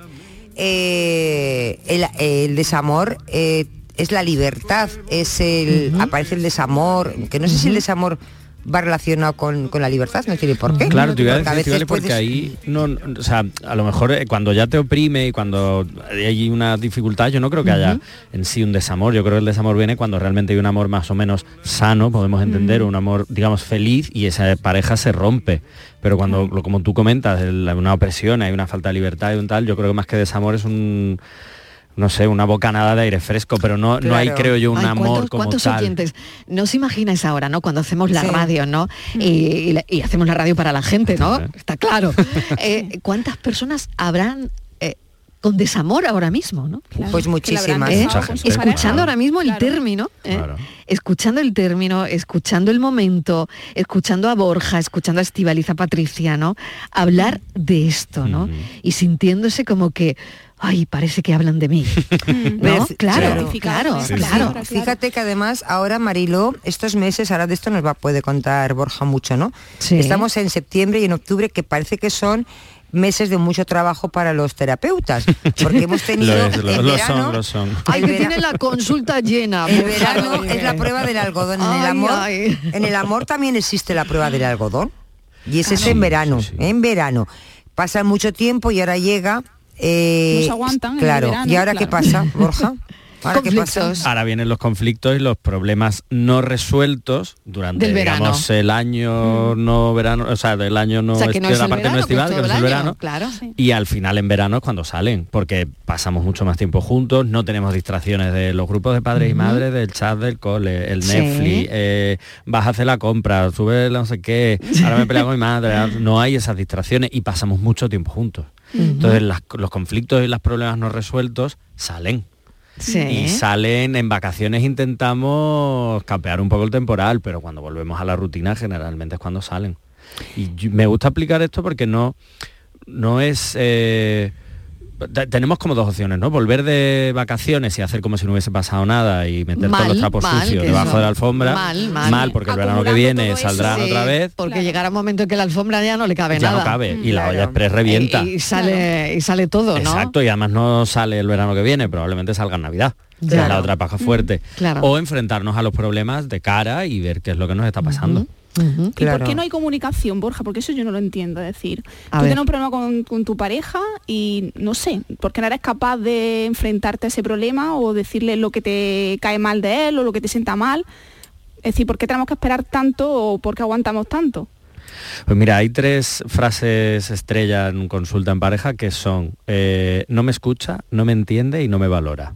eh, el, el desamor eh, es la libertad, es el aparece el desamor, que no sé si el desamor va relacionado con, con la libertad, no tiene por qué. Claro, te iba a Porque decir, Estíbaliz, porque puedes- ahí, no, no, o sea, a lo mejor eh, cuando ya te oprime y cuando hay una dificultad, yo no creo que haya en sí un desamor. Yo creo que el desamor viene cuando realmente hay un amor más o menos sano, podemos entender, un amor, digamos, feliz, y esa pareja se rompe. Pero cuando, lo- como tú comentas, el- hay una opresión, hay una falta de libertad y un tal, yo creo que más que desamor es un... no sé, una bocanada de aire fresco, pero no, no hay, Claro. creo yo, un Ay, amor ¿cuántos, como ¿cuántos tal. oyentes? No os imagináis ahora, ¿no? Cuando hacemos la Sí. radio, ¿no? Y, y la- y hacemos la radio para la gente, ¿no? Está claro. Eh, ¿Cuántas personas habrán eh, con desamor ahora mismo, ¿no? Pues muchísimas. ¿Eh? Mucha gente, Escuchando claro. ahora mismo el término, ¿eh? Claro. escuchando el término, escuchando el momento, escuchando a Borja, escuchando a Estíbaliz, a Patricia, ¿no? Hablar de esto, ¿no? Y sintiéndose como que, ay, parece que hablan de mí. ¿No? Pero- Claro, claro, Sí, claro. sí. Fíjate que además ahora, Mariló, estos meses, ahora de esto nos va puede contar Borja mucho, ¿no? Sí. Estamos en septiembre y en octubre, que parece que son meses de mucho trabajo para los terapeutas, porque hemos tenido Lo es, lo- en lo verano, son, lo son. Ay, en que vera- tiene la consulta llena. el Borja verano Rodríguez. es la prueba del algodón. En el Ay, amor, ay. en el amor también existe la prueba del algodón, y ese es Claro. en verano, Sí, sí. en verano. Pasa mucho tiempo y ahora llega. eh, Nos aguantan en el Claro. verano, ¿Y ahora qué claro. pasa, Borja? ¿Ahora qué pasa? Conflictos. Ahora vienen los conflictos y los problemas no resueltos durante Del verano. digamos, el año no verano, o sea, del año no, O sea, que no de es la el parte verano, no estival, que que es no todo es el el año, verano. claro. Y al final en verano es cuando salen, porque pasamos mucho más tiempo juntos, no tenemos distracciones de los grupos de padres y madres, del chat del cole, el Sí. Netflix, eh, vas a hacer la compra, sube no sé qué, ahora me peleo con mi madre, no hay esas distracciones y pasamos mucho tiempo juntos. Entonces las- los conflictos y los problemas no resueltos salen. Sí. Y salen en vacaciones, intentamos campear un poco el temporal, pero cuando volvemos a la rutina generalmente es cuando salen. Y yo- me gusta aplicar esto porque no, no es... eh, te- tenemos como dos opciones, ¿no? Volver de vacaciones y hacer como si no hubiese pasado nada y meter Mal, todos los trapos mal, sucios que debajo eso. de la alfombra. Mal, mal. porque el verano que Acumulando viene todo eso. saldrán Sí, otra vez. porque llegará un momento en que la alfombra ya no le cabe Ya nada. no cabe. Y la Claro. olla express revienta. Y, y sale, y sale todo, ¿no? Exacto, y además no sale el verano que viene, probablemente salga en Navidad, que es Claro. la otra paja fuerte. Claro. O enfrentarnos a los problemas de cara y ver qué es lo que nos está pasando. Ujú. ¿Y Claro. por qué no hay comunicación, Borja? Porque eso yo no lo entiendo. Es decir, A tú ver. tienes un problema con, con tu pareja y no sé, ¿por qué no eres capaz de enfrentarte a ese problema o decirle lo que te cae mal de él o lo que te sienta mal? Es decir, ¿por qué tenemos que esperar tanto o por qué aguantamos tanto? Pues mira, hay tres frases estrella en consulta en pareja que son eh, no me escucha, no me entiende y no me valora.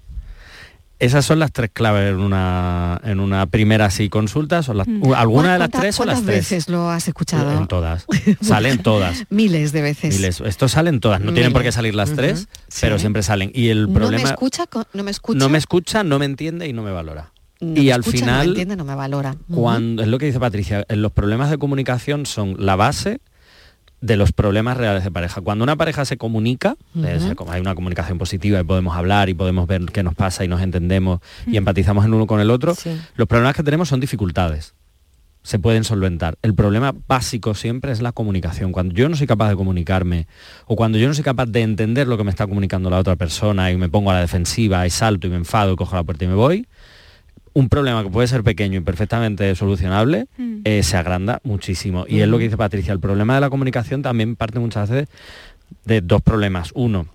Esas son las tres claves en una, en una primera así consulta. Son las, Mm. alguna de las ¿Cuántas- tres son las ¿Cuántas tres. veces lo has escuchado? En todas. Salen todas. Miles de veces. Miles. Estos salen todas. No tienen por qué salir las tres, pero Sí. siempre salen. Y el No problema... me escucha, co- no me escucha. No me escucha, no me entiende y no me valora. no y me al escucha, final, no me entiende, no me valora. Ujú. cuando es lo que dice Patricia, en los problemas de comunicación son la base de los problemas reales de pareja. Cuando una pareja se comunica, debe ser como hay una comunicación positiva y podemos hablar y podemos ver qué nos pasa y nos entendemos y empatizamos en uno con el otro, Sí. los problemas que tenemos son dificultades. se pueden solventar. El problema básico siempre es la comunicación. Cuando yo no soy capaz de comunicarme o cuando yo no soy capaz de entender lo que me está comunicando la otra persona y me pongo a la defensiva y salto y me enfado y cojo la puerta y me voy, un problema que puede ser pequeño y perfectamente solucionable mm. eh, se agranda muchísimo. Y mm. es lo que dice Patricia, el problema de la comunicación también parte muchas veces de dos problemas. Uno,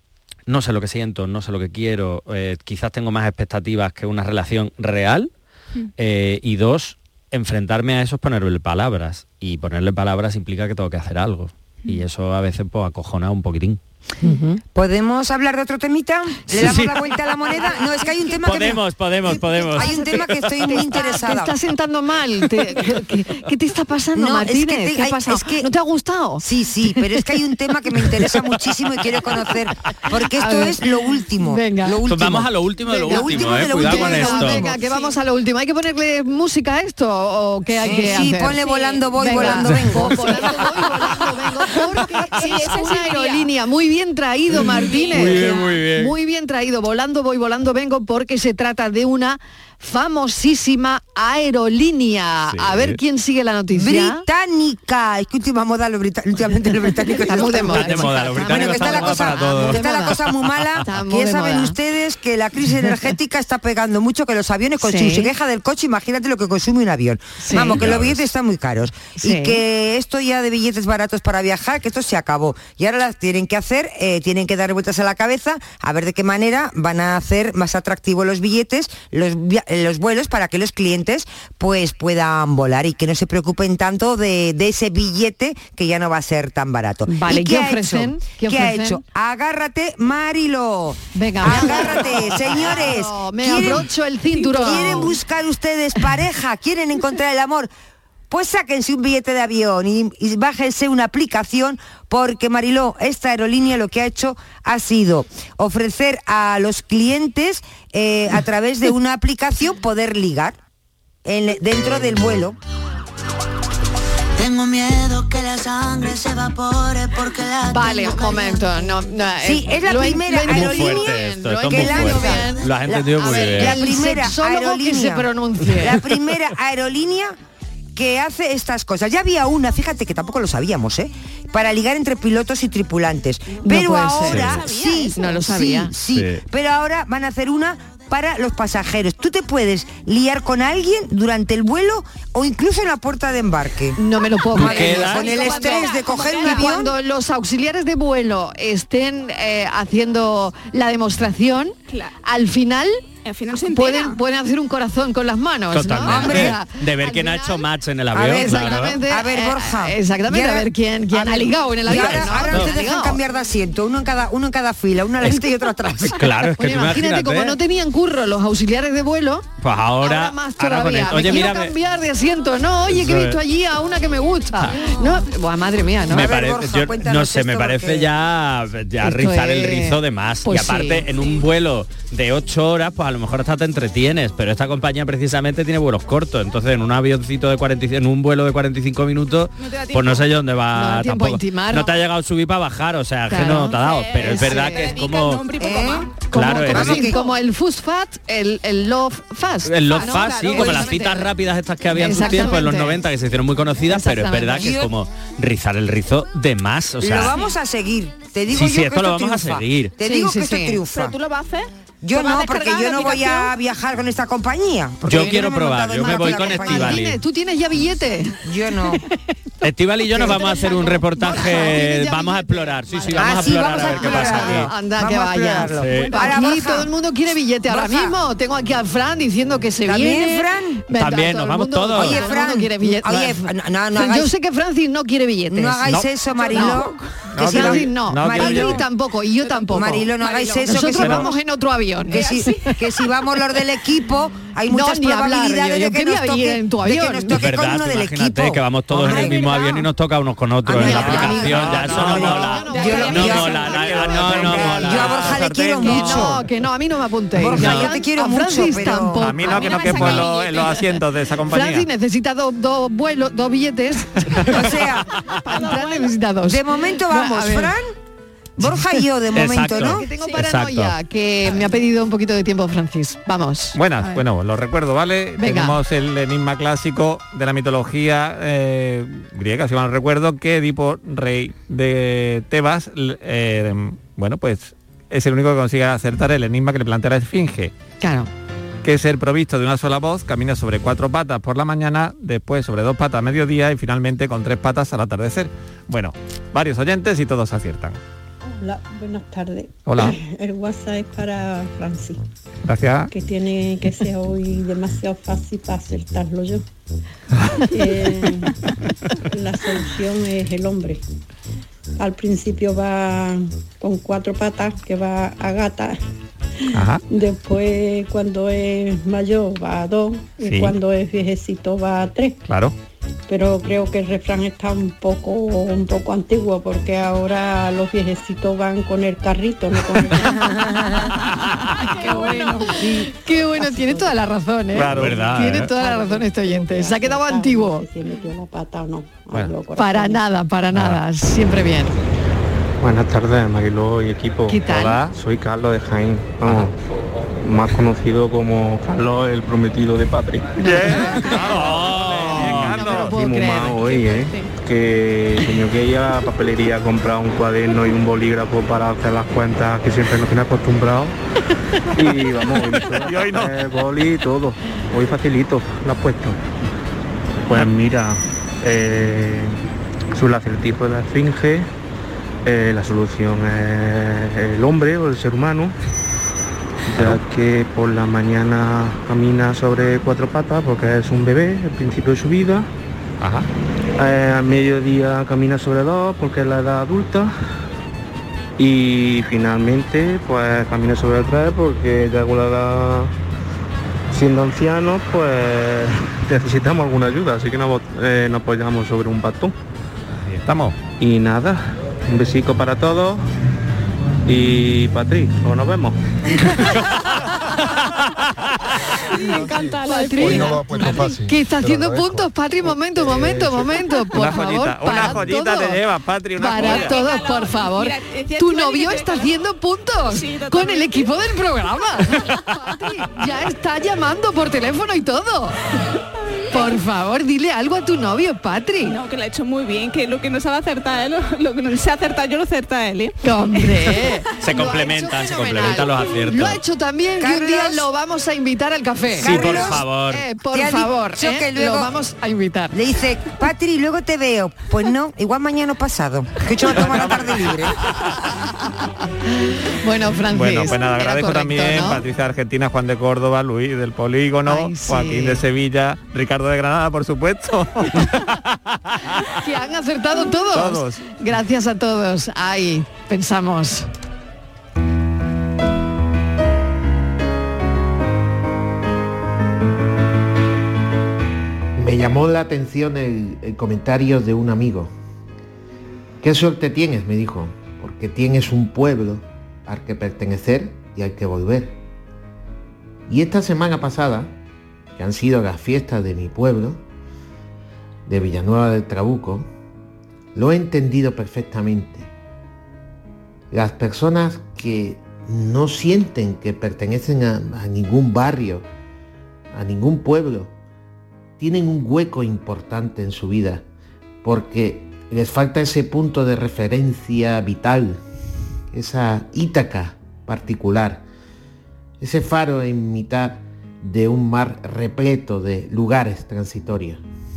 no sé lo que siento, no sé lo que quiero, eh, quizás tengo más expectativas que una relación real. Mm. Eh, y dos, enfrentarme a eso es ponerle palabras. Y ponerle palabras implica que tengo que hacer algo. Mm. Y eso a veces pues acojona un poquitín. Uh-huh. ¿Podemos hablar de otro temita? ¿Le damos sí. la vuelta a la moneda? No, es que hay un tema podemos, que me... podemos, podemos. Hay un tema que estoy muy interesada. Te está sentando mal. Te, ¿qué, ¿Qué te está pasando, no, Martínez? Es que te, ¿Qué hay, pasa? Es que, ¿no te ha gustado? Sí, sí, pero es que hay un tema que me interesa muchísimo y quiero conocer, porque esto es lo último. Venga. Lo último. Pues vamos a lo último de lo venga, último, último eh. de lo Cuidado último, con esto. Venga, que vamos a lo último. ¿Hay que ponerle música a esto o qué hay sí, que sí, hacer? Sí, ponle volando voy, venga. volando vengo. Volando voy, volando vengo, porque sí, es una aerolínea. Muy bien traído, Martínez. Muy bien, muy bien. Muy bien traído. Volando voy, volando vengo, porque se trata de una famosísima aerolínea. Sí. A ver quién sigue la noticia. Británica. Es que última moda lo brita- últimamente los británicos está muy de moda. De moda. Los británicos bueno, que está la cosa, que está la cosa muy mala. Que ya saben moda. Ustedes que la crisis energética está pegando mucho, que los aviones consumen. Sí. Se queja del coche, imagínate lo que consume un avión. Sí. Vamos, que ya los billetes ves. Están muy caros. Sí. Y que esto ya de billetes baratos para viajar, que esto se acabó. Y ahora las tienen que hacer, eh, tienen que dar vueltas a la cabeza a ver de qué manera van a hacer más atractivos los billetes, los los vuelos, para que los clientes pues puedan volar y que no se preocupen tanto de, de ese billete que ya no va a ser tan barato. Vale, ¿Y qué, qué ofrecen? ¿Qué, ¿Qué ha hecho? Agárrate, Marilo. Venga, agárrate, señores. Oh, me abrocho el cinturón. ¿Quieren buscar ustedes pareja? ¿Quieren encontrar el amor? Pues sáquense un billete de avión y, y bájense una aplicación, porque Mariló, esta aerolínea lo que ha hecho ha sido ofrecer a los clientes eh, a través de una aplicación poder ligar en, dentro del vuelo. Tengo miedo que la sangre se evapore porque la Vale, un momento. No, no, sí, es la primera aerolínea que la lo has entendido muy bien. La primera aerolínea que se pronuncie. La primera aerolínea que hace estas cosas. Ya había una, fíjate que tampoco lo sabíamos, ¿eh? Para ligar entre pilotos y tripulantes. Pero no ahora sí, no lo sabía. Sí, sí, sí, pero ahora van a hacer una para los pasajeros. Tú te puedes liar con alguien durante el vuelo o incluso en la puerta de embarque. No me lo puedo creer. Con el estrés de coger un avión. Cuando los auxiliares de vuelo estén eh, haciendo la demostración, claro. al final... Al final se pueden, pueden hacer un corazón con las manos. Totalmente. ¿no? Hombre, de ver quién final, ha hecho match en el avión. A ver, exactamente, claro. A ver, Borja. Eh, exactamente, ahora, a ver quién, quién ha ligado en el avión. Ahora, ¿no? ahora no te dejan cambiar de asiento, uno en cada, uno en cada fila, uno adelante y otro atrás. Claro, es que bueno, tú imagínate, imagínate, como no tenían curro los auxiliares de vuelo, pues ahora, ahora más todavía. Ahora oye, me mira, quiero cambiar de asiento. No, oye, que he visto allí a una que me gusta. No, buah, madre mía, ¿no? Me A ver, parece, Borja, yo, no sé, me parece porque... ya, ya rizar es... el rizo de más. Pues y aparte, sí, en sí. un vuelo de ocho horas, pues a lo mejor hasta te entretienes, pero esta compañía precisamente tiene vuelos cortos, entonces en un avioncito de cuarenta, en un vuelo de cuarenta y cinco minutos, no pues no sé yo dónde va no tampoco. Intimar, no te ha llegado a subir para bajar, o sea, claro, que no te ha dado, pero es verdad sí. que es como... ¿Eh? Claro, como, es como, sí, como el Fast Fat, el, el Love Fast. El Love ¿no? Fast, Claro, sí, como pues, las citas rápidas estas que había en su tiempo, en los noventa, que se hicieron muy conocidas, pero es verdad que es como rizar el rizo de más, o sea... Lo vamos a seguir, te digo sí, yo sí, que esto lo vamos triunfa. a seguir. Te digo sí, que sí, esto sí. triunfa. ¿Pero tú lo vas a hacer? Yo no, porque yo no voy a viajar con esta compañía. Yo quiero probar, yo me voy con Estivali. ¿Tú tienes ya billete? Yo no. Estivali y yo nos vamos a hacer un reportaje, vamos a explorar, sí, sí, vamos a explorar a ver qué pasa aquí. Anda, que vaya. Aquí todo el mundo quiere billete ahora mismo. Tengo aquí a Fran diciendo que se viene. Fran? También, nos vamos todos. Oye, Fran, quiere billete. Oye, no, no, yo sé que Francis no quiere billetes. No hagáis eso, Mariló. Que si Francis no, Mariló tampoco y yo tampoco. Mariló, no hagáis eso. Nosotros vamos en otro avión. Que si, que si vamos los del equipo, hay muchas no, probabilidades yo, yo de, que nos toque, en tu avión. de que nos toque es verdad, con uno del equipo. Que vamos todos Hombre, en el mismo verdad. avión y nos toca unos con otros en la aplicación. Ya eso no mola. No mola, no, no mola. Yo a Borja le quiero mucho. No, que no, a mí no me apunte. Borja, yo te quiero mucho, pero... A mí no, que no quepo en los asientos de esa compañía. Francis necesita dos vuelos, dos billetes. O sea, para entrar necesita dos. De momento vamos, Fran... Borja y yo de momento, Exacto. ¿no? Que tengo paranoia, que me ha pedido un poquito de tiempo Francis. Vamos. Buenas, bueno, lo recuerdo, ¿vale? Venga. Tenemos el enigma clásico de la mitología eh, griega, si mal no recuerdo, que Edipo, rey de Tebas, eh, bueno, pues es el único que consigue acertar el enigma que le plantea la Esfinge. Claro. Que es ser provisto de una sola voz, camina sobre cuatro patas por la mañana, después sobre dos patas a mediodía y finalmente con tres patas al atardecer. Bueno, varios oyentes y todos aciertan. Hola, buenas tardes. Hola. El WhatsApp es para Francis. Gracias. Que tiene que ser hoy demasiado fácil para acertarlo yo. Eh, la solución es el hombre. Al principio va con cuatro patas, que va a gata. Ajá. Después, cuando es mayor, va a dos. Y Sí. cuando es viejecito, va a tres. Claro. Pero creo que el refrán está un poco un poco antiguo, porque ahora los viejecitos van con el carrito, no con el Qué bueno. Qué bueno, tiene toda la razón, ¿eh? Claro, verdad, Tiene ¿eh? toda la razón este oyente. Se ha quedado antiguo. Si metió la pata o no. Bueno. Para nada, para nada. Siempre bien. Buenas tardes, Mariló y equipo. ¿Qué tal? Hola, soy Carlos de Jaén, vamos, más conocido como Carlos, el prometido de Patrick. Y muy mal hoy, ¿eh? Que tengo que ir a la papelería a comprar un cuaderno y un bolígrafo para hacer las cuentas que siempre nos tiene acostumbrados. Y vamos, hoy, hoy no. eh, boli y todo. Hoy facilito, lo has puesto. Pues mira, eh, sobre el acertijo de la Esfinge, eh, la solución es el hombre o el ser humano, ya que por la mañana camina sobre cuatro patas porque es un bebé, el principio de su vida. Ajá. Eh, al mediodía camina sobre dos porque es la edad adulta. Y finalmente pues camina sobre tres porque ya con la edad, siendo ancianos, pues necesitamos alguna ayuda, así que nos, eh, nos apoyamos sobre un bastón. Ahí estamos. Y nada, un besico para todos. Y Patri, pues nos vemos. Me encanta la Hoy no lo ha puesto fácil. Que está te lo haciendo agradezco. puntos, Patri, momento, momento, momento, por Una favor, joyita, para una joyita todo. te llevas, Patri, una Para joya. todos, por favor. Mira, decía Tu tu novio marido que está te- haciendo puntos Sí, totalmente. con el equipo del programa. Patri, ya está llamando por teléfono y todo. Por favor, dile algo a tu novio, Patri. No, que lo ha hecho muy bien, que lo que no sabe acertar él, lo, lo que no sé acertar yo lo acerta él, ¿eh? Hombre, Se lo ha complementan, hecho se fenomenal. complementan los aciertos. Lo ha hecho también y un día Carlos. lo vamos a invitar al café. Sí, por Carlos, favor. Eh, por Te ha favor, dicho ¿eh? que luego- lo vamos a invitar. Le dice, Patri, luego te veo. Pues no, igual mañana o pasado. Que yo voy a tomar la tarde libre. Bueno, Francis. Bueno, pues nada, era agradezco correcto, también ¿no? Patricia de Argentina, Juan de Córdoba, Luis del Polígono, Ay, sí. Joaquín de Sevilla, Ricardo de Granada, por supuesto. Que han acertado todos. Todos. Gracias a todos. Ay, pensamos. Me llamó la atención el, el comentario de un amigo. ¿Qué suerte tienes?, me dijo, porque tienes un pueblo al que pertenecer y al que volver. Y esta semana pasada, que han sido las fiestas de mi pueblo, de Villanueva del Trabuco, lo he entendido perfectamente. Las personas que no sienten que pertenecen a, a ningún barrio, a ningún pueblo, tienen un hueco importante en su vida, porque les falta ese punto de referencia vital, esa Ítaca particular, ese faro en mitad de un mar repleto de lugares transitorios.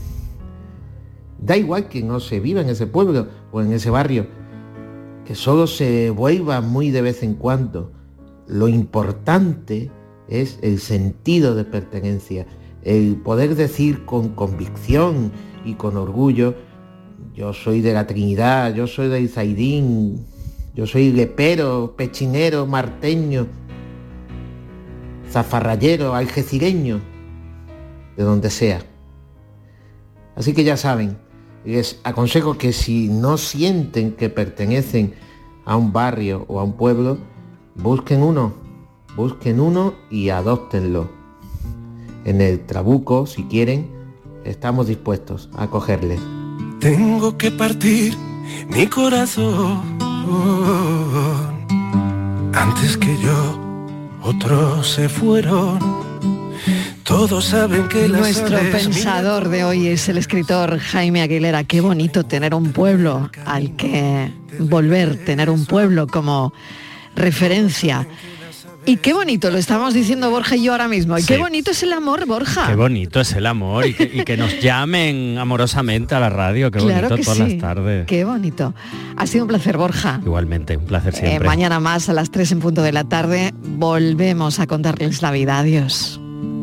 Da igual que no se viva en ese pueblo o en ese barrio, que solo se vuelva muy de vez en cuando. Lo importante es el sentido de pertenencia, el poder decir con convicción y con orgullo: yo soy de la Trinidad, yo soy del Zaidín, yo soy lepero, pechinero, marteño, zafarrayero, algecireño, de donde sea. Así que ya saben, les aconsejo que si no sienten que pertenecen a un barrio o a un pueblo, busquen uno, busquen uno y adóptenlo. En el Trabuco, si quieren, estamos dispuestos a acogerles. Tengo que partir mi corazón Antes que yo, otros se fueron. Todos saben que las Nuestro aves pensador de hoy es el escritor Jaime Aguilera. Qué bonito tener un pueblo al que volver, tener un pueblo como referencia. Y qué bonito, lo estábamos diciendo Borja y yo ahora mismo. Y Sí. qué bonito es el amor, Borja. Qué bonito es el amor y que, y que nos llamen amorosamente a la radio. Qué Claro bonito que todas sí. las tardes. Qué bonito. Ha sido un placer, Borja. Igualmente, un placer Eh, siempre. mañana más a las tres en punto de la tarde volvemos a contarles la vida. Adiós.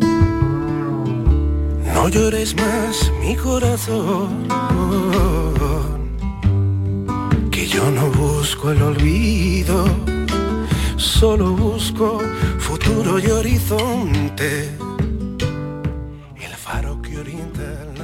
No llores más, mi corazón, que yo no busco el olvido, solo busco futuro y horizonte, el faro que orienta el